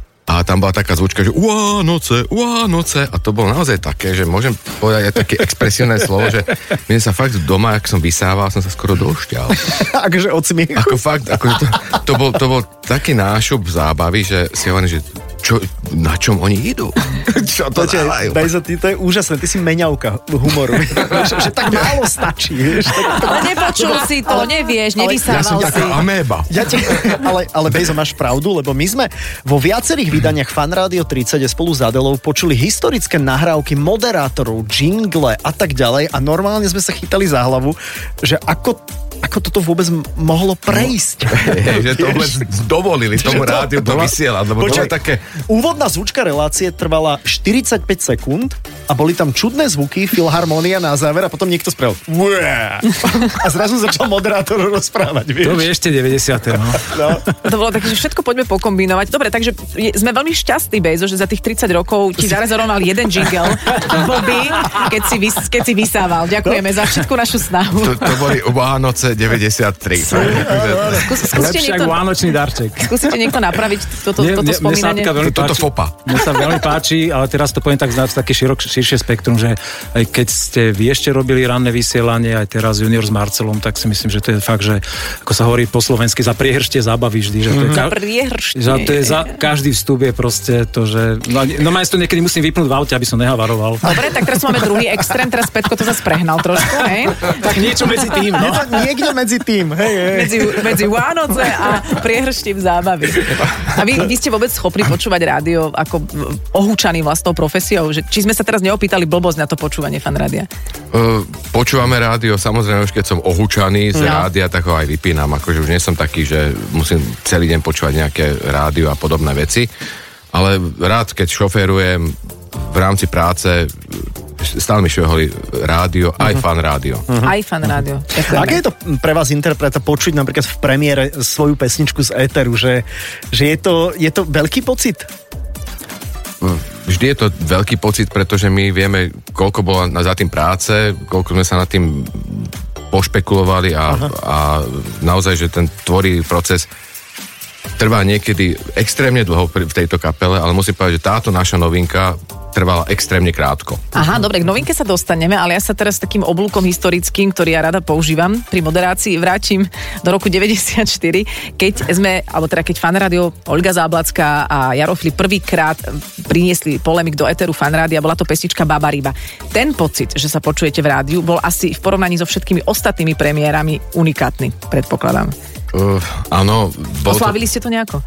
[SPEAKER 4] A tam bola taká zvučka, že uá, noce, uá, noce. A to bolo naozaj také, že môžem povedať aj také expresívne slovo, že mne sa fakt doma, ak som vysával, som sa skoro došťal.
[SPEAKER 2] Akože od smiechu?
[SPEAKER 4] Ako fakt, akože to, to, bol, to bol taký nášup zábavy, že si hovorím, že čo, na čom oni idú? Čo to dávajú?
[SPEAKER 2] Bejzo, ty, to je úžasné, ty si meňavka humoru. že, že tak málo stačí. Vieš, tak,
[SPEAKER 3] ale nepočul ale, si to, ale, nevieš, nevysával
[SPEAKER 4] ja som
[SPEAKER 3] si.
[SPEAKER 4] Améba.
[SPEAKER 2] Ja te, ale, ale Bejzo, máš pravdu, lebo my sme vo viacerých vydaniach Fanrádio tridsať spolu s Adelou počuli historické nahrávky moderátorov, jingle a tak ďalej a normálne sme sa chytali za hlavu, že ako ako toto vôbec mohlo prejsť.
[SPEAKER 4] Je, že to vôbec dovolili tomu rádiu to vysielať, lebo
[SPEAKER 2] Počkej,
[SPEAKER 4] to je také...
[SPEAKER 2] Úvodná zvučka relácie trvala štyridsaťpäť sekúnd a boli tam čudné zvuky, filharmónia na záver a potom niekto spravil a zrazu začal moderátor rozprávať, vieš.
[SPEAKER 5] To vie ešte deväťdesiate No.
[SPEAKER 2] No.
[SPEAKER 3] To bolo také, že všetko poďme pokombinovať. Dobre, takže je, sme veľmi šťastní, Bejzo, že za tých tridsať rokov ti zarezonoval jeden jingle blbý, keď si, vys, keď si vysával. Ďakujeme no. za všetku našu snahu.
[SPEAKER 4] To, to boli Vánoce deväťdesiattri
[SPEAKER 5] Lepšie ako vánočný darček.
[SPEAKER 3] Skúsite niekto napraviť toto,
[SPEAKER 5] mne,
[SPEAKER 3] toto
[SPEAKER 5] mne,
[SPEAKER 3] spomínanie?
[SPEAKER 5] Mne sa
[SPEAKER 4] toto fopa.
[SPEAKER 5] Mne sa veľmi páči, ale teraz to poviem tak znáť také širok, širšie spektrum, že aj keď ste vy ešte robili ranné vysielanie, aj teraz Junior s Marcelom, tak si myslím, že to je fakt, že ako sa hovorí po slovensky, za priehrštie zábavy vždy. Že to je,
[SPEAKER 3] za priehrštie.
[SPEAKER 5] Že to je za, každý vstup je proste to, že... No, no ma to niekedy musím vypnúť v aute, aby som nehavaroval.
[SPEAKER 3] Dobre, tak teraz máme druhý extrém, teraz Petko to zase prehnal trošku, hej?
[SPEAKER 5] Tak niečo medzi tým, no.
[SPEAKER 2] Niekde medzi tým, hej, hej.
[SPEAKER 3] Medzi, medzi Vánoce a priehrštím zábavy. A vy, vy ste vôbec schopní počúvať rádio ako ohúčaný vlastnou profesiou? Že, či sme sa teraz neopýtali blbosť na to počúvanie Fanrádia?
[SPEAKER 4] Uh, počúvame rádio, samozrejme už keď som ohúčaný z no. rádia, tak ho aj vypínam. Akože už nie som taký, že musím celý deň počúvať nejaké rádio a podobné veci. Ale rád, keď šoférujem v rámci práce, stále mi šveholi rádio, uh-huh. aj Fanrádio.
[SPEAKER 3] Uh-huh. Aj Fanrádio.
[SPEAKER 2] Aké je to pre vás interpreta počuť napríklad v premiére svoju pesničku z éteru, že, že je, to, je to veľký pocit?
[SPEAKER 4] Vždy je to veľký pocit, pretože my vieme, koľko bolo za tým práce, koľko sme sa nad tým pošpekulovali a, a naozaj, že ten tvorivý proces trvá niekedy extrémne dlho v tejto kapele, ale musím povedať, že táto naša novinka trvala extrémne krátko.
[SPEAKER 3] Aha, dobre, k novinke sa dostaneme, ale ja sa teraz takým oblúkom historickým, ktorý ja rada používam pri moderácii, vrátim do roku deväťdesiatštyri, keď sme, alebo teda keď Fanrádio, Olga Záblacká a Jaro Filip prvýkrát priniesli polemik do éteru Fanrádia, bola to pesnička Baba Ryba. Ten pocit, že sa počujete v rádiu, bol asi v porovnaní so všetkými ostatnými premiérami unikátny, predpokladám.
[SPEAKER 4] Uh, áno.
[SPEAKER 3] Oslávili to... ste to nejako?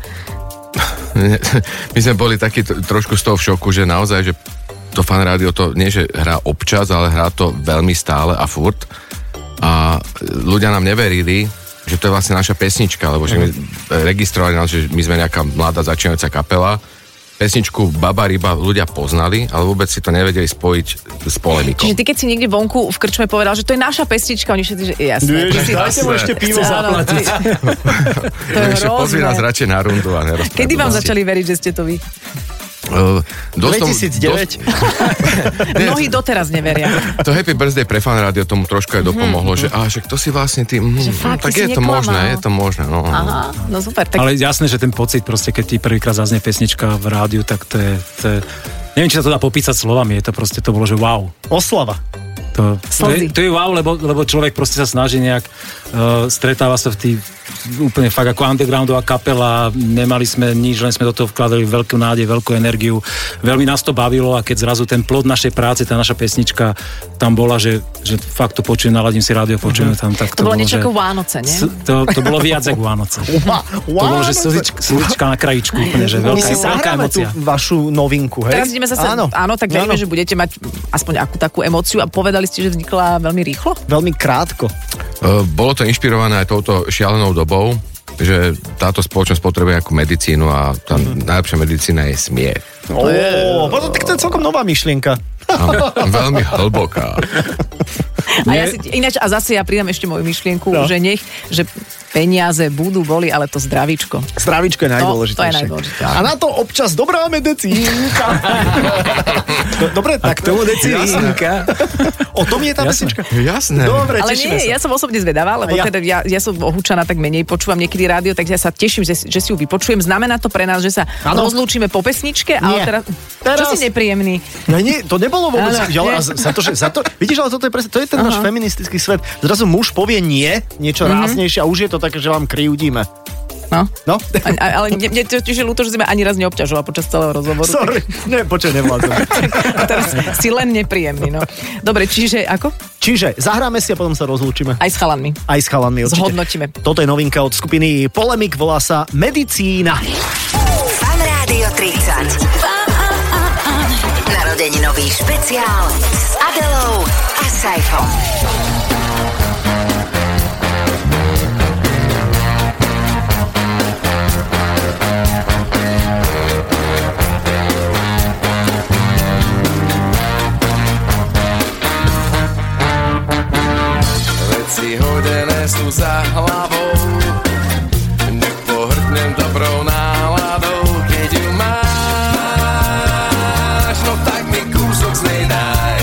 [SPEAKER 4] My sme boli takí trošku z toho v šoku, že naozaj, že to Fanrádio to nie, že hrá občas, ale hrá to veľmi stále a furt. A ľudia nám neverili, že to je vlastne naša pesnička, lebo že my registrovali nás, že my sme nejaká mladá začínajúca kapela. Pesničku Baba Ryba ľudia poznali, ale vôbec si to nevedeli spojiť s polemikou.
[SPEAKER 3] Čiže ty, keď si niekde vonku v krčme povedal, že to je naša pesnička, oni všetci, že jasné.
[SPEAKER 2] Dajte si mu ešte pivo zaplatiť.
[SPEAKER 3] To je hrozné.
[SPEAKER 4] Pozvi nás radšej na rundu a nerozprávať.
[SPEAKER 3] Kedy vám začali veriť, že ste to vy?
[SPEAKER 4] Uh,
[SPEAKER 2] dvetisícdeväť.
[SPEAKER 3] Mnohí doteraz neveria.
[SPEAKER 4] To Happy Birthday pre Fan Rádio tomu trošku aj dopomohlo, mm-hmm. že á, však to si vlastne ty... Mm,
[SPEAKER 3] fakt,
[SPEAKER 4] tak
[SPEAKER 3] ty
[SPEAKER 4] je to
[SPEAKER 3] neklamal.
[SPEAKER 4] možné, je to možné. No.
[SPEAKER 3] Aha, no super. Tak...
[SPEAKER 5] Ale jasné, že ten pocit proste, keď ti prvýkrát zaznie pesnička v rádiu, tak to je, to je... Neviem, či sa to dá popísať slovami, je to proste, to bolo, že wow.
[SPEAKER 2] Oslava.
[SPEAKER 5] To, to, je, to je wow, lebo, lebo človek proste sa snaží nejak, uh, stretáva sa v tých úplne fakt ako undergroundová kapela, nemali sme nič, len sme do toho vkladali veľkú nádej, veľkú energiu. Veľmi nás to bavilo a keď zrazu ten plod našej práce, tá naša pesnička tam bola, že, že fakt to počujem, naladím si rádio, počujeme tam, tak to,
[SPEAKER 3] to bolo
[SPEAKER 5] bolo,
[SPEAKER 3] niečo
[SPEAKER 5] že,
[SPEAKER 3] ako Vánoce, nie?
[SPEAKER 5] To, to bolo viac ako Vánoce. To bolo, že slzička, slzička na krajičku, úplne, že veľká, veľká emócia.
[SPEAKER 2] Tú vašu novinku, hej?
[SPEAKER 3] Teraz ideme zase, áno, áno tak veríme, že budete mať aspoň akú takú emóciu a povedali ste, že vznikla veľmi rýchlo?
[SPEAKER 2] Veľmi krátko.
[SPEAKER 4] Uh, bolo to inšpirované aj touto šialenou dobou, že táto spoločnosť potrebuje nejakú medicínu a tá mm. najlepšia medicína je smiech.
[SPEAKER 2] Ó, oh, tak to je celkom nová myšlienka.
[SPEAKER 4] A, veľmi hlboká.
[SPEAKER 3] A ja si, ináč, a zase ja pridám ešte moju myšlienku, no. že nech, že peniaze budú, boli, ale to zdravíčko.
[SPEAKER 2] Zdravíčko je najdôležitejšie.
[SPEAKER 3] To, to je najdôležitejšie.
[SPEAKER 2] A na to občas dobrá medicínka. Dobre, tak
[SPEAKER 5] to medicínka.
[SPEAKER 2] O tom je tá pesnička.
[SPEAKER 4] Jasné.
[SPEAKER 2] Dobre,
[SPEAKER 3] ale
[SPEAKER 2] tešíme
[SPEAKER 3] nie,
[SPEAKER 2] sa.
[SPEAKER 3] ja som osobne zvedavá, lebo
[SPEAKER 2] ja.
[SPEAKER 3] teda ja, ja som ohúčaná, tak menej počúvam niekedy rádio, tak ja sa teším, že, že si ju vypočujem. Znamená to pre nás, že sa ano. rozlúčime po pesničke, ale teraz, teraz... Čo si nepríjemný?
[SPEAKER 2] No nie, to nebolo vôbec.
[SPEAKER 3] Ano,
[SPEAKER 2] ale za to, že, za to, vidíš, ale toto je presne, to je ten náš feministický svet. Zrazu muž povie nie, niečo mm-hmm. ráznejšie a už je to také, že vám kriudíme.
[SPEAKER 3] No.
[SPEAKER 2] No?
[SPEAKER 3] A, ale mne tiež je ľúto, že si ma ani raz neobťažoval počas celého rozhovoru.
[SPEAKER 2] Sorry, tak... ne, počkaj, nevládzam.
[SPEAKER 3] Teraz si len nepríjemný, no. Dobre, čiže ako?
[SPEAKER 2] Čiže zahráme si a potom sa rozlúčime.
[SPEAKER 3] Aj s chalanmi.
[SPEAKER 2] Aj s chalanmi, určite.
[SPEAKER 3] Zhodnotíme.
[SPEAKER 2] Toto je novinka od skupiny Polemik, volá sa Medicína.
[SPEAKER 1] Fan Rádio tridsať. Narodeninový špeciál s Adelou a Saifom.
[SPEAKER 8] Veci hodené sú za hlavou, nepohrdnem dobrou náladou, keď ju máš, no tak mi kúsok z nej daj.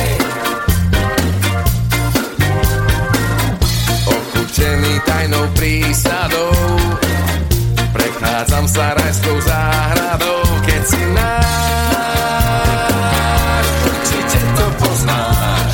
[SPEAKER 8] Ochutený tajnou prísadou, prechádzam sa rajskou záhradou, keď si náš, určite to poznáš.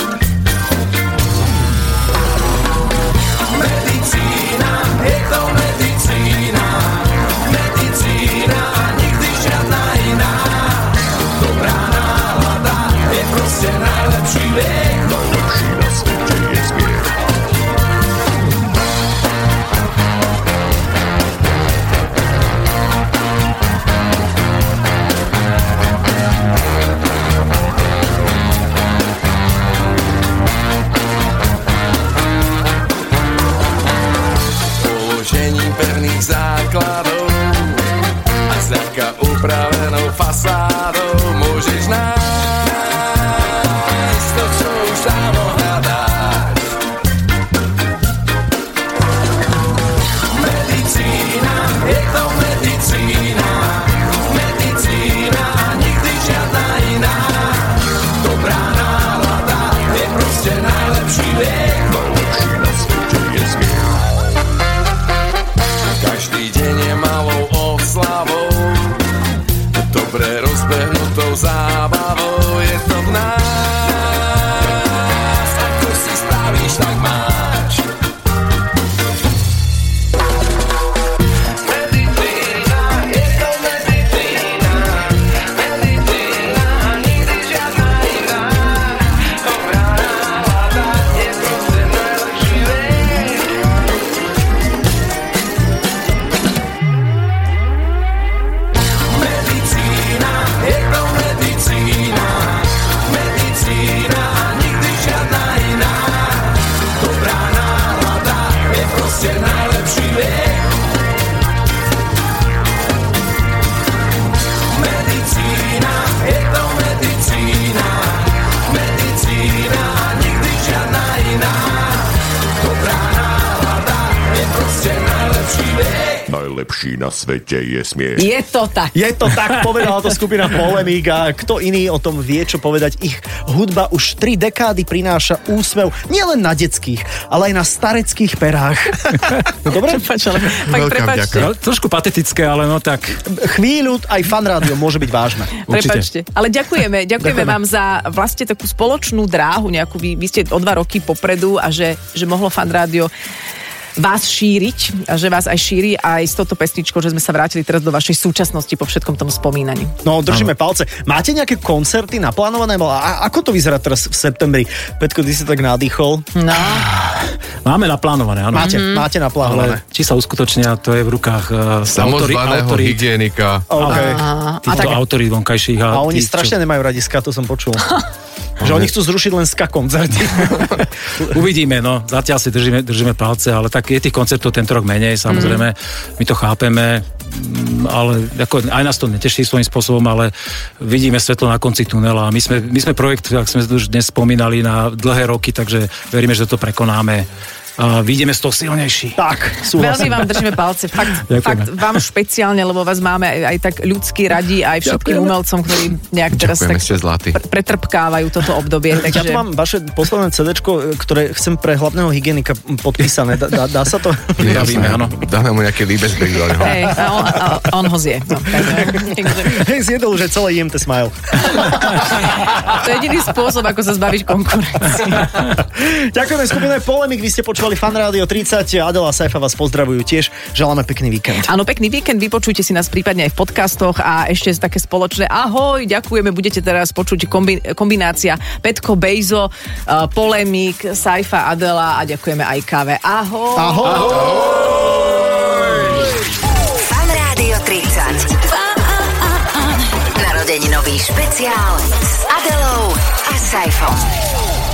[SPEAKER 8] Medicína, je to medicína, medicína, nikdy žiadna iná. Dobrá nálada je proste najlepší liek, najlepší na svete je smiech. Položením pevných základov a zľahka upravenou fasádou môžeš nájsť to, čo už dávno hľadáš. Medicína, je to medicína, medicína, nikdy žiadna iná. Dobrá nálada je proste najlepší liek, najlepší na svete je smiech. Každý deň je malou oslavou, dobre rozbehnutou zábavou, je to v nás, ako si spravíš, tak máš. Medicína, je to medicína, medicína, nikdy žiadna iná. Dobrá nálada je proste najlepší liek. Medicína, je to medicína,
[SPEAKER 11] najlepší na svete je smiech.
[SPEAKER 3] Je to tak.
[SPEAKER 2] Je to tak, povedala to skupina Polemík a kto iný o tom vie, čo povedať. Ich hudba už tri dekády prináša úsmev nielen na detských, ale aj na stareckých perách. No, dobre?
[SPEAKER 3] Prepáč, ale fakt prepáčte.
[SPEAKER 5] No, trošku patetické, ale no tak.
[SPEAKER 2] Chvíľu aj fan rádio môže byť vážne.
[SPEAKER 3] Prepáčte. Ale ďakujeme, ďakujeme vám za vlastne takú spoločnú dráhu, nejakú, vy, vy ste o dva roky popredu a že, že mohlo fan rádio vás šíriť a že vás aj šíri aj s touto pesničkou, že sme sa vrátili teraz do vašej súčasnosti po všetkom tom spomínaní.
[SPEAKER 2] No, držíme palce. Máte nejaké koncerty naplánované? A ako to vyzerá teraz v septembri? Petko, ty si tak nadýchol.
[SPEAKER 3] No.
[SPEAKER 5] Máme naplánované, áno.
[SPEAKER 2] Máte, mm-hmm. máte naplánované.
[SPEAKER 5] Ale či sa uskutočnia, to je v rukách uh,
[SPEAKER 4] samozvaného hygienika.
[SPEAKER 2] Okay.
[SPEAKER 5] Títo autory vonkajších.
[SPEAKER 2] A, a oni
[SPEAKER 5] tí,
[SPEAKER 2] strašne čo... nemajú radi ska, to som počul. Že oni chcú zrušiť len ska koncerty.
[SPEAKER 5] Uvidíme, no. Zatiaľ si držíme, držíme palce, ale tak je tých koncertov tento rok menej, samozrejme. Mm. My to chápeme, ale ako, aj nás to neteší svojím spôsobom, ale vidíme svetlo na konci tunela. My sme, my sme projekt, ak sme už dnes spomínali, na dlhé roky, takže veríme, že to prekonáme. A vidíme z toho silnejší.
[SPEAKER 2] Tak,
[SPEAKER 3] súhlasím. Veľmi vám držíme palce. Fakt, fakt vám špeciálne, lebo vás máme aj, aj tak ľudsky radi, aj všetkým Ďakujeme. umelcom, ktorí nejak teraz tak pr- pretrpkávajú toto obdobie. Takže...
[SPEAKER 2] Ja tu mám vaše posledné cédečko, ktoré chcem pre hlavného hygienika podpísané. Dá, dá, dá sa to?
[SPEAKER 4] Javíme, áno. Dáme mu nejaké líbezbek do neho.
[SPEAKER 3] Hej, a on, a on ho zje. No,
[SPEAKER 2] Hej, zjedol, že celé jem te smile.
[SPEAKER 3] To je jediný spôsob, ako sa zbaviť konkurencie.
[SPEAKER 2] Ďakujeme skupine Polemík, vy ste počuli Fan Rádio tridsať, Adela a Saifa vás pozdravujú tiež. Želáme pekný víkend.
[SPEAKER 3] Áno, pekný víkend, vypočujte si nás prípadne aj v podcastoch a ešte také spoločné ahoj, ďakujeme, budete teraz počuť kombi- kombinácia Petko, Bejzo, uh, Polemík, Saifa, Adela a ďakujeme aj káve. Ahoj!
[SPEAKER 2] Ahoj! Ahoj!
[SPEAKER 1] Fan Rádio tridsať. Narodeninový špeciál s Adelou a Saifom.